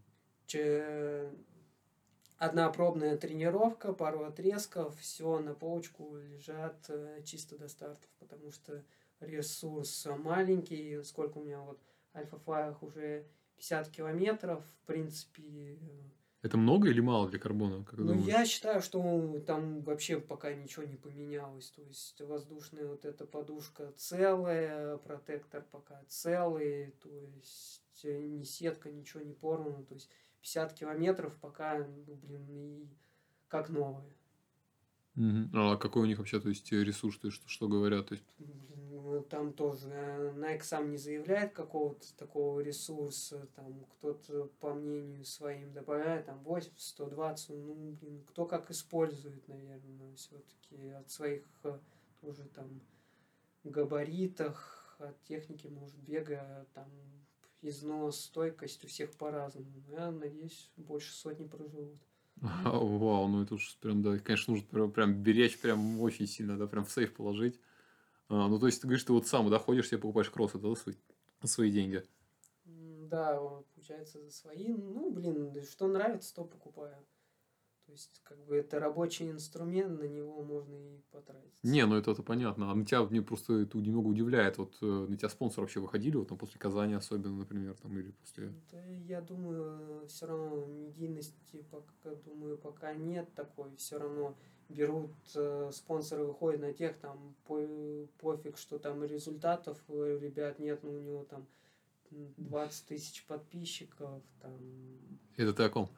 Speaker 2: Одна пробная тренировка, пару отрезков, все на полочку лежат чисто до стартов, потому что ресурс маленький, сколько у меня вот альфа-флаях уже 50 километров, в принципе.
Speaker 1: Это много или мало для карбона, как ты думаешь?
Speaker 2: Я считаю, что там вообще пока ничего не поменялось, то есть воздушная вот эта подушка целая, протектор пока целый, то есть ни сетка, ничего не порвано, то есть 50 километров пока, и как новые.
Speaker 1: А какой у них вообще, то есть, ресурс, то есть, что говорят? То есть...
Speaker 2: Там тоже Nike сам не заявляет какого-то такого ресурса, там кто-то по мнению своим добавляет, там 80, 120, кто как использует, наверное, все-таки от своих тоже там габаритах, от техники, может, бега, там износ, стойкость у всех по-разному. Я надеюсь, больше сотни проживут.
Speaker 1: Вау, ну это уж прям, да, конечно, нужно прям беречь прям очень сильно, да, прям в сейф положить. Ну, то есть, ты говоришь, ты вот сам, да, ходишь, себе покупаешь кроссы, да, за свои деньги?
Speaker 2: да, получается, за свои. Ну, блин, да что нравится, то покупаю. То есть, как бы это рабочий инструмент, на него можно и потратиться.
Speaker 1: Не, ну это понятно. А на тебя мне просто это немного удивляет. Вот на тебя спонсоры вообще выходили, вот там после Казани особенно, например, там или после.
Speaker 2: Да, я думаю, все равно медийности пока, думаю, пока нет такой. Все равно берут спонсоры, выходят на тех, там пофиг, что там результатов у ребят нет, но у него там 20 тысяч подписчиков, там.
Speaker 1: Это ты о ком?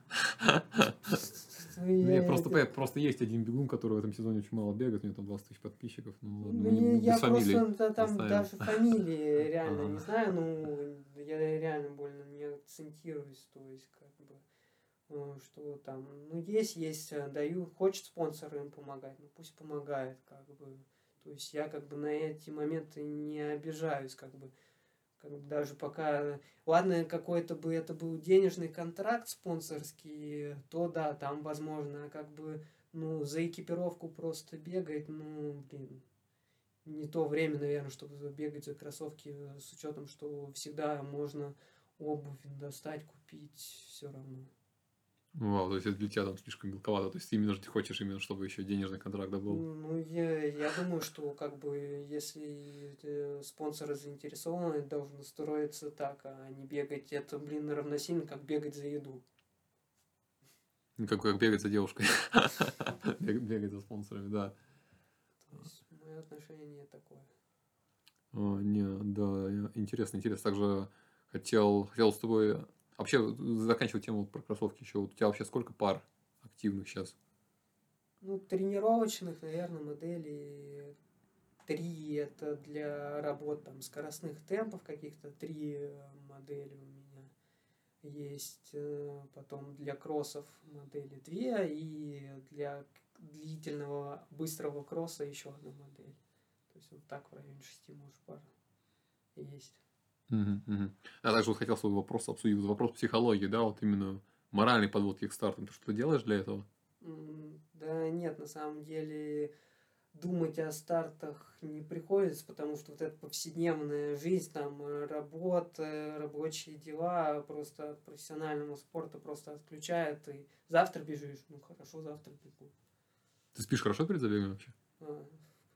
Speaker 2: Ну,
Speaker 1: Не,
Speaker 2: я
Speaker 1: просто,
Speaker 2: это...
Speaker 1: просто есть один бегун, который в этом сезоне очень мало бегает, у него там 20 тысяч подписчиков. Ну ладно,
Speaker 2: Ну,
Speaker 1: мы не,
Speaker 2: я
Speaker 1: без фамилий
Speaker 2: просто там
Speaker 1: оставим.
Speaker 2: даже фамилии реально не
Speaker 1: Ага.
Speaker 2: знаю, ну, я реально больно не акцентируюсь, то есть, как бы, что там, ну, есть, даю, хочет спонсор им помогать, ну, пусть помогает, как бы, то есть, я, как бы, на эти моменты не обижаюсь, как бы даже пока, ладно, какой-то бы это был денежный контракт спонсорский, то да, там возможно, а как бы, ну, за экипировку просто бегать, ну, блин, не то время, наверное, чтобы бегать за кроссовки, с учетом, что всегда можно обувь достать, купить, все равно.
Speaker 1: Вау, то есть это для тебя там слишком мелковато. То есть ты именно же ты хочешь именно, чтобы еще денежный контракт был.
Speaker 2: Ну, я думаю, что как бы если спонсоры заинтересованы, это должно строиться так, а не бегать. Это, блин, равносильно, как бегать за еду.
Speaker 1: Ну, как бегать за девушкой. Бегать за спонсорами, да.
Speaker 2: То есть мое отношение такое.
Speaker 1: Не, да, интересно, интересно. Также хотел с тобой вообще заканчивать тему вот про кроссовки еще. Вот у тебя вообще сколько пар активных сейчас?
Speaker 2: Ну, тренировочных, наверное, моделей 3 это для работ там скоростных темпов каких-то, 3 модели у меня есть. Потом для кроссов модели 2 и для длительного быстрого кросса еще одна модель. То есть вот так в районе 6 может пар есть.
Speaker 1: Мгм, мгм. А также вот хотел свой вопрос обсудить. Вот вопрос психологии, да, вот именно моральной подводки к старту. Ты что делаешь для этого?
Speaker 2: Да нет, на самом деле думать о стартах не приходится, потому что вот эта повседневная жизнь, там, работа, рабочие дела просто от профессионального спорта просто отключает. И завтра бежишь, ну хорошо, завтра бегу.
Speaker 1: Ты спишь хорошо перед забегом вообще?
Speaker 2: А,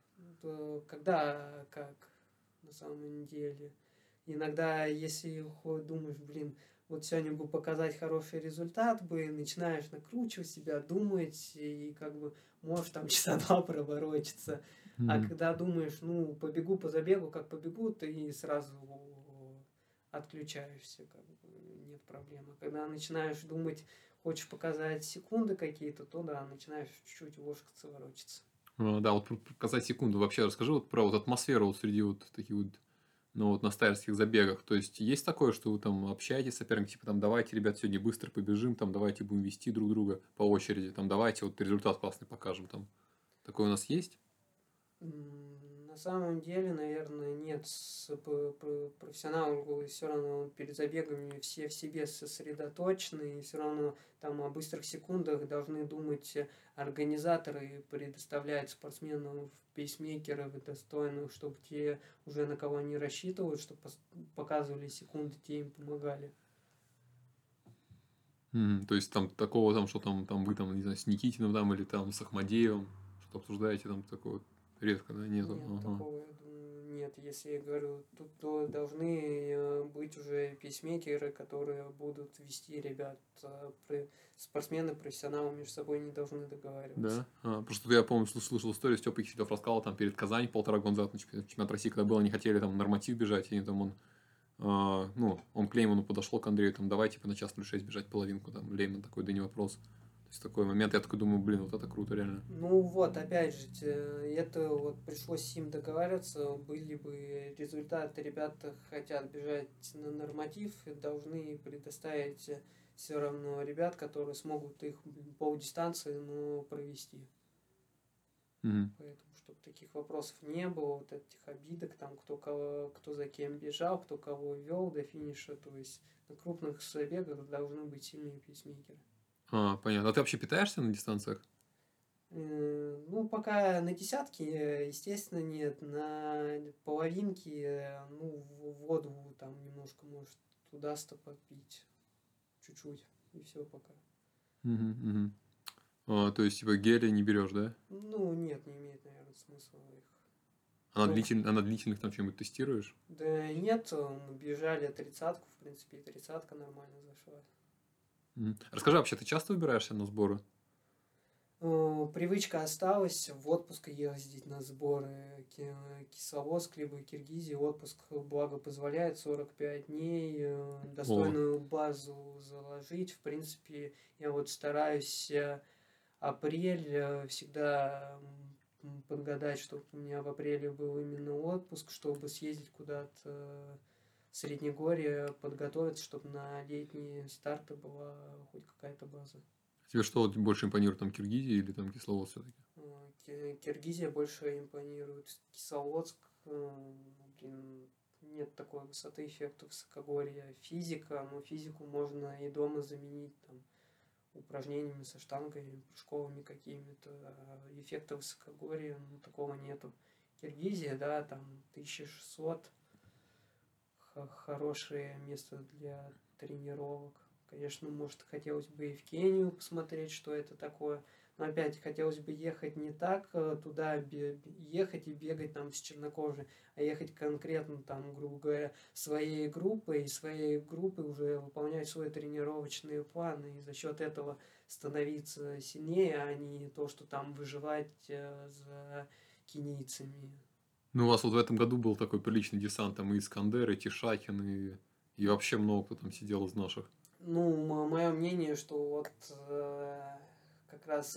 Speaker 2: когда, как, на самом деле. Иногда, если думаешь, блин, вот сегодня бы показать хороший результат бы, начинаешь накручивать себя, думать, и как бы можешь там часа два проворочиться. А
Speaker 1: Мгм.
Speaker 2: когда думаешь, ну, побегу по забегу, как побегу, ты сразу отключаешься, как бы нет проблем. А когда начинаешь думать, хочешь показать секунды какие-то, то да, начинаешь чуть-чуть ложкаться, ворочаться.
Speaker 1: Да, вот показать секунду. Вообще расскажи вот про вот атмосферу вот среди вот таких вот, ну вот на стайерских забегах. То есть есть такое, что вы там общаетесь с соперником, типа там давайте, ребят, сегодня быстро побежим, там давайте будем вести друг друга по очереди, там давайте вот результат классный покажем там. Такое у нас есть?
Speaker 2: На самом деле, наверное, нет. Профессионалы все равно перед забегами все в себе сосредоточены, и все равно там о быстрых секундах должны думать организаторы и предоставлять спортсменам пейсмейкеров достойных, чтобы те уже на кого они рассчитывают, чтобы показывали секунды, те им помогали.
Speaker 1: То есть там такого там, что там вы там, не знаю, с Никитиным там или там с Ахмадеевым, что обсуждаете там такое вот редко, да, нету.
Speaker 2: Нет,
Speaker 1: Ага.
Speaker 2: такого, я думаю, нет. Если я говорю, тут то должны быть уже пейсмейкеры, которые будут вести ребят. Спортсмены, профессионалы между собой не должны договариваться.
Speaker 1: Да. Просто я помню, что слышал историю, Степа Кичидов рассказал там перед Казани 1,5 года назад, на чемпионат России, когда было, они хотели там норматив бежать, и там он, ну, он к Лейману подошел к Андрею, там, давай, типа, на час 06 бежать половинку, там, Лейман такой, да не вопрос. То есть, такой момент, я такой думаю, блин, вот это круто, реально.
Speaker 2: Ну вот, опять же, это вот пришлось с ним договариваться, были бы результаты, ребята хотят бежать на норматив, и должны предоставить все равно ребят, которые смогут их полдистанции, но провести.
Speaker 1: Мгм.
Speaker 2: Поэтому, чтобы таких вопросов не было, вот этих обидок, там, кто за кем бежал, кто кого вел до финиша, то есть на крупных забегах должны быть сильные пейсмейкеры.
Speaker 1: Понятно. А ты вообще питаешься на дистанциях?
Speaker 2: Ну, пока на десятке, естественно, нет. На половинке, ну, в воду там немножко, может, удастся попить чуть-чуть, и все пока.
Speaker 1: То есть, типа, гели не берешь, да?
Speaker 2: Ну, нет, не имеет, наверное, смысла их.
Speaker 1: А на длительных там что-нибудь тестируешь?
Speaker 2: Да нет, мы бежали 30-ку, в принципе, и 30-ка нормально зашла.
Speaker 1: Расскажи, вообще, ты часто выбираешься на сборы?
Speaker 2: Привычка осталась в отпуск ездить на сборы. Кисловодск, либо Киргизии. Отпуск, благо, позволяет 45 дней достойную базу заложить. В принципе, я вот стараюсь апрель всегда подгадать, чтобы у меня в апреле был именно отпуск, чтобы съездить куда-то в Среднегорье, подготовиться, чтобы на летние старты была хоть какая-то база.
Speaker 1: Тебе что вот больше импонирует, там, Киргизия или там Кисловодск все-таки?
Speaker 2: Киргизия больше импонирует. Кисловодск, нет такой высоты, эффекта высокогорья. Физика, но физику можно и дома заменить там упражнениями со штангой, прыжковыми какими-то. Эффекта высокогорья, такого нету. Киргизия, да, там 1600, хорошее место для тренировок. Конечно, может, хотелось бы и в Кению посмотреть, что это такое. Но опять хотелось бы ехать не так, туда ехать и бегать там с чернокожей, а ехать конкретно там, грубо говоря, своей группой, и своей группой уже выполнять свой тренировочный план, и за счет этого становиться сильнее, а не то, что там выживать за кенийцами.
Speaker 1: Ну, у вас вот в этом году был такой приличный десант, там и Искандер, и Тишакин, и вообще много кто там сидел из наших.
Speaker 2: Ну, мое мнение, что вот как раз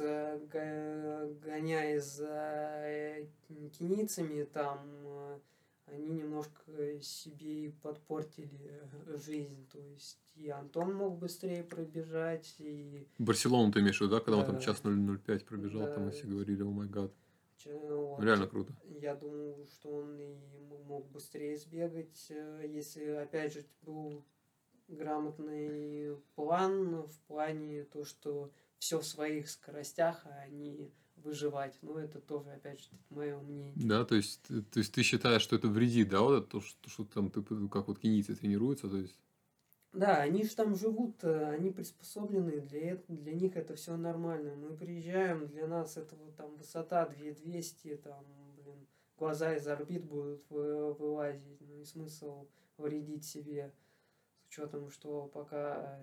Speaker 2: гоняясь за кенийцами, там они немножко себе и подпортили жизнь. То есть и Антон мог быстрее пробежать, и...
Speaker 1: Барселону ты имеешь в виду, да? Когда он
Speaker 2: Да.
Speaker 1: там час 0:05 пробежал,
Speaker 2: Да.
Speaker 1: там и все говорили, о май гад.
Speaker 2: Вот.
Speaker 1: Реально круто.
Speaker 2: Я думаю, что он и мог быстрее сбегать, если, опять же, был грамотный план в плане то, что все в своих скоростях, а не выживать. Ну, это тоже, опять же, мое мнение.
Speaker 1: Да, то есть ты считаешь, что это вредит, да, вот это то, что там ты, как вот кенийцы тренируются, то есть...
Speaker 2: Да, они же там живут, они приспособлены, для них это все нормально. Мы приезжаем, для нас это вот там высота 2200, там, глаза из орбит будут вылазить. Ну и смысл вредить себе, с учетом, что пока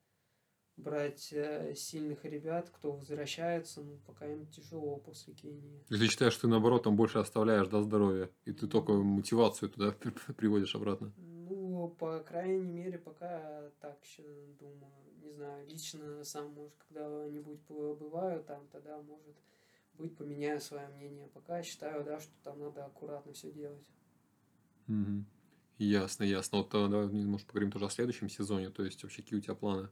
Speaker 2: брать сильных ребят, кто возвращается, пока им тяжело после Кении.
Speaker 1: Ты считаешь, что ты, наоборот, там больше оставляешь, да, здоровье, и ты только мотивацию туда приводишь обратно?
Speaker 2: Ну, по крайней мере, пока так думаю. Не знаю, лично сам, может, когда-нибудь бываю там, тогда, может быть, поменяю свое мнение. Пока считаю, да, что там надо аккуратно все делать.
Speaker 1: Угу. Ясно, ясно. Вот давай, может, поговорим тоже о следующем сезоне, то есть вообще какие у тебя планы?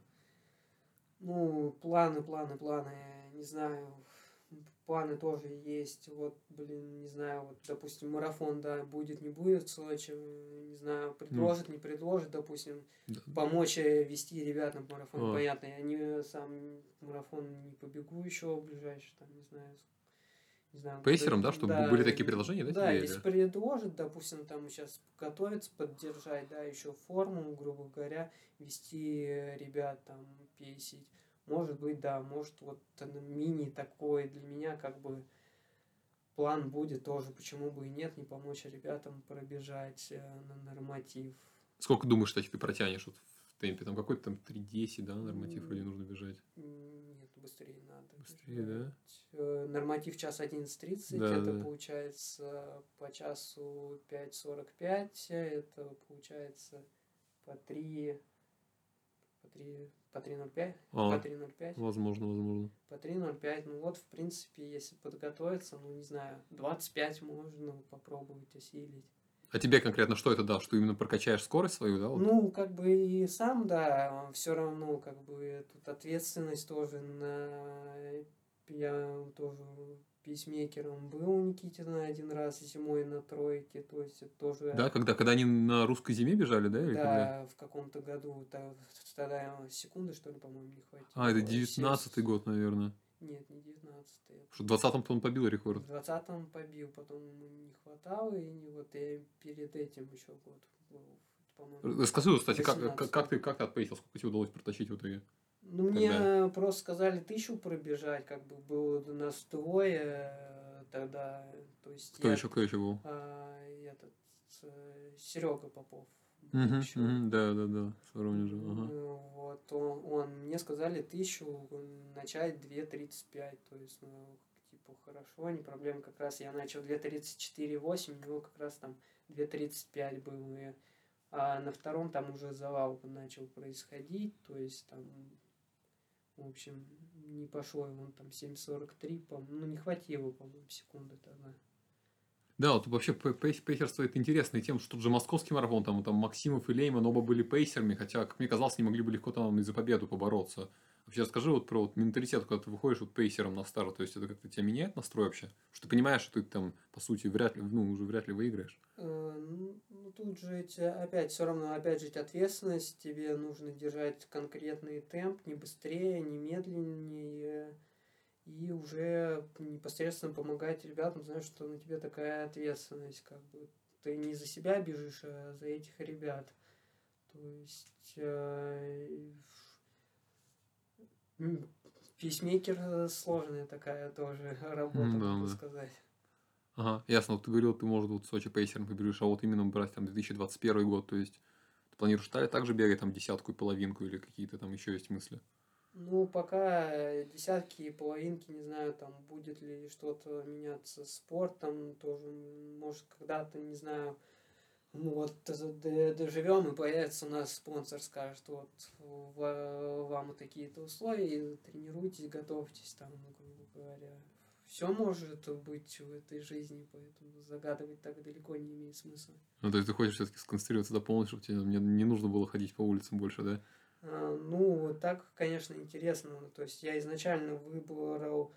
Speaker 2: Ну, планы, не знаю, планы тоже есть. Вот, не знаю, вот, допустим, марафон, да, будет, не будет в Сочи, не знаю, предложит, не предложит, допустим, помочь вести ребят на марафон, понятно, я не сам марафон не побегу еще в ближайшие, там, не знаю,
Speaker 1: пейсером, да, чтобы были такие предложения, да,
Speaker 2: да,
Speaker 1: тебе?
Speaker 2: если предложат, допустим, там сейчас готовиться, поддержать, да, еще форму, грубо говоря, вести ребят, там, пейсить. Может быть, да, может, вот мини такой для меня, как бы, план будет тоже, почему бы и нет, не помочь ребятам пробежать на норматив.
Speaker 1: Сколько думаешь, кстати, ты протянешь вот в темпе? Там какой-то там 3:10, да, норматив вроде нужно бежать?
Speaker 2: Нет, быстрее надо.
Speaker 1: Быстрее, да?
Speaker 2: Норматив час 11:30,
Speaker 1: да,
Speaker 2: это
Speaker 1: да.
Speaker 2: получается по часу 5:45, это получается по 3:05, по 3:05.
Speaker 1: Возможно.
Speaker 2: По 3:05, ну вот, в принципе, если подготовиться, ну, не знаю, 25 можно попробовать осилить.
Speaker 1: А тебе конкретно что это даст? Что именно прокачаешь скорость свою, да? Вот?
Speaker 2: Ну, как бы и сам, да, все равно, как бы, тут ответственность тоже я тоже пейсмейкером был у Никитина один раз зимой на тройке, то есть это тоже...
Speaker 1: Да, когда они на русской зиме бежали, да? Или
Speaker 2: да,
Speaker 1: когда?
Speaker 2: в каком-то году, тогда секунды, что ли, по-моему, не хватило.
Speaker 1: Это 19-й год, наверное.
Speaker 2: Нет, не 19-й.
Speaker 1: В 20-м-то он побил рекорд.
Speaker 2: В 20-м побил, потом ему не хватало, и вот я перед этим еще год был. по-моему,
Speaker 1: Расскажи, кстати,
Speaker 2: 18.
Speaker 1: как ты отпейсил, сколько тебе удалось протащить в итоге?
Speaker 2: Ну, мне просто сказали 1000 пробежать, как бы было у нас двое тогда, то есть
Speaker 1: Кто еще был?
Speaker 2: этот Серега Попов был еще.
Speaker 1: Да, с Воронежа. Ага.
Speaker 2: Вот, мне сказали 1000, начать 2:35, то есть, типа, хорошо, не проблема, как раз я начал 2:34,8, у него как раз там 2:35 был, а на втором там уже завал начал происходить, то есть там, в общем, не пошло, он там 7:43, по-моему, не хватило, по-моему, секунды тогда.
Speaker 1: Да, вот вообще пейсерство это интересно тем, что тут же московский марафон, там Максимов и Лейман оба были пейсерами, хотя, как мне казалось, они могли бы легко там и за победу побороться. Вообще расскажи вот про менталитет, когда ты выходишь вот пейсером на старт, то есть это как-то тебя меняет настрой вообще? Что ты понимаешь, что ты там, по сути, уже вряд ли выиграешь?
Speaker 2: Тут же опять все равно, опять же, ответственность, тебе нужно держать конкретный темп, не быстрее, не медленнее, и уже непосредственно помогать ребятам, знаешь, что на тебе такая ответственность, как бы ты не за себя бежишь, а за этих ребят. То есть писмейкер сложная такая тоже работа, могу
Speaker 1: Да.
Speaker 2: сказать.
Speaker 1: Ага, ясно. Вот ты говорил, ты, может, вот в Сочи пейсером побежишь, а вот именно брать там 2021 год, то есть ты планируешь также бегать там десятку и половинку или какие-то там еще есть мысли?
Speaker 2: Ну, пока десятки и половинки, не знаю, там будет ли что-то меняться с спортом, тоже, может, когда-то, не знаю, вот доживем и появится у нас спонсор, скажет, вот вам такие-то условия, тренируйтесь, готовьтесь, там, грубо говоря. Все может быть в этой жизни, поэтому загадывать так далеко не имеет смысла.
Speaker 1: Ну, то есть ты хочешь все-таки сконцентрироваться до полностью, чтобы тебе не нужно было ходить по улицам больше, да?
Speaker 2: Ну, так, конечно, интересно. То есть я изначально выбрал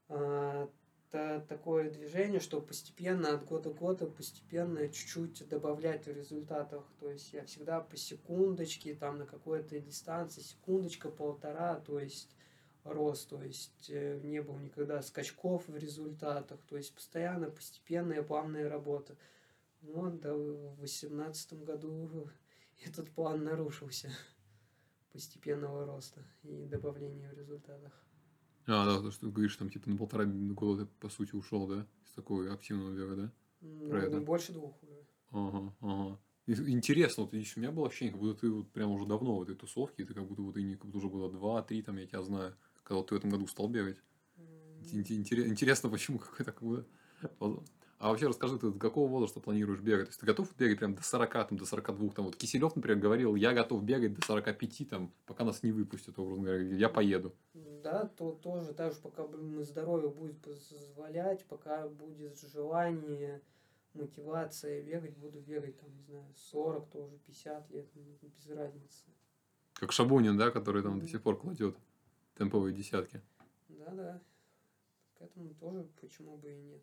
Speaker 2: такое движение, что постепенно от года к году постепенно чуть-чуть добавлять в результатах. То есть я всегда по секундочке, там на какой-то дистанции, секундочка, полтора, то есть рост, то есть не было никогда скачков в результатах, то есть постоянно постепенная плавная работа. Вот, да, в 2018 году этот план нарушился постепенного роста и добавления в результатах.
Speaker 1: Да, то, что ты говоришь, там, типа, на 1,5 года ты, по сути, ушел, да? Из такого активного бега, да? Про
Speaker 2: Ну,
Speaker 1: это?
Speaker 2: больше 2 уже.
Speaker 1: Ага. Интересно, вот видишь, у меня было ощущение, как будто ты вот прям уже давно в этой тусовке, и ты как будто вот и не, как будто уже было 2-3, там, я тебя знаю, когда вот ты в этом году стал бегать. Интересно, почему какой-то как бы... А вообще расскажи, ты до какого возраста планируешь бегать? То есть ты готов бегать прям до 40, там, до 42? Там, вот Киселев, например, говорил, я готов бегать до 45, там, пока нас не выпустят, образно говоря, я поеду.
Speaker 2: Да, то тоже так же, пока здоровье будет позволять, пока будет желание, мотивация бегать, буду бегать, там, не знаю, 40 тоже, 50 лет, без разницы.
Speaker 1: Как Шабунин, да, который там до сих пор кладет темповые десятки.
Speaker 2: Да, к этому тоже почему бы и нет.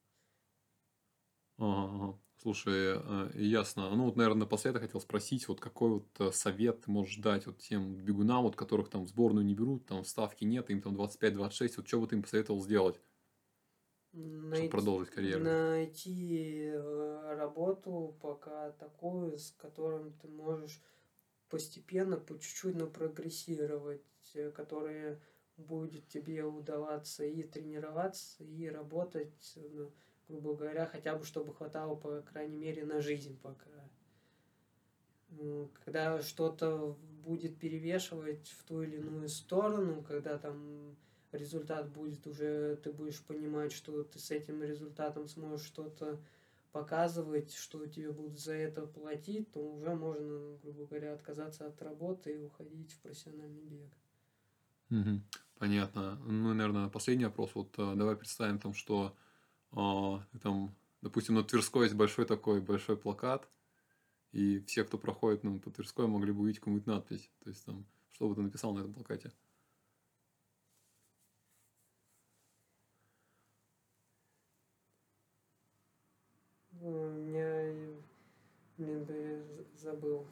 Speaker 1: Ага. Слушай, ясно. Ну, вот, наверное, напоследок хотел спросить, вот какой вот совет ты можешь дать вот тем бегунам, вот которых там в сборную не берут, там ставки нет, им там 25-26, вот что бы ты им посоветовал сделать, чтобы продолжить карьеру?
Speaker 2: Найти работу пока такую, с которым ты можешь постепенно, по чуть-чуть, но прогрессировать, которая будет тебе удаваться и тренироваться, и работать, грубо говоря, хотя бы чтобы хватало, по крайней мере, на жизнь пока. Когда что-то будет перевешивать в ту или иную сторону, когда там результат будет уже, ты будешь понимать, что ты с этим результатом сможешь что-то показывать, что тебе будут за это платить, то уже можно, грубо говоря, отказаться от работы и уходить в профессиональный бег.
Speaker 1: Понятно. Ну, и, наверное, последний вопрос. Вот давай представим там, что там, допустим, на Тверской есть большой плакат, и все, кто проходит по Тверской, могли бы увидеть какую-нибудь надпись. То есть там, что бы ты написал на этом плакате?
Speaker 2: Забыл.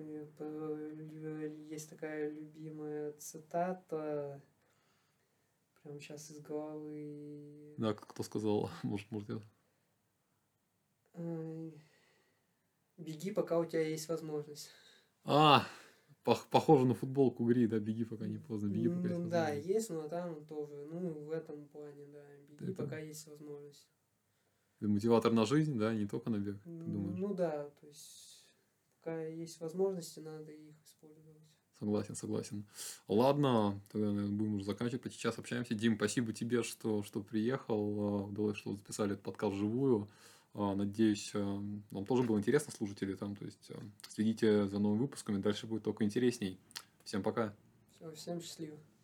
Speaker 2: Есть такая любимая цитата, прямо сейчас из головы.
Speaker 1: Да, кто сказал? Может, я...
Speaker 2: Беги, пока у тебя есть возможность.
Speaker 1: А, похоже на футболку Гри, да, беги, пока не поздно, беги, пока есть
Speaker 2: Ну да,
Speaker 1: возможность.
Speaker 2: есть, но там тоже, ну, в этом плане, да, беги,
Speaker 1: Это,
Speaker 2: пока есть возможность.
Speaker 1: это мотиватор на жизнь, да, не только на бег, ты думаешь?
Speaker 2: Ну да, то есть, пока есть возможности, надо их использовать.
Speaker 1: Согласен. Ладно, тогда, наверное, будем уже заканчивать. Сейчас общаемся. Дим, спасибо тебе, что приехал. Удалось, что записали этот подкаст вживую. Надеюсь, вам тоже было интересно, слушатели. Там, то есть, следите за новыми выпусками. Дальше будет только интересней. Всем пока.
Speaker 2: Все, всем счастливо.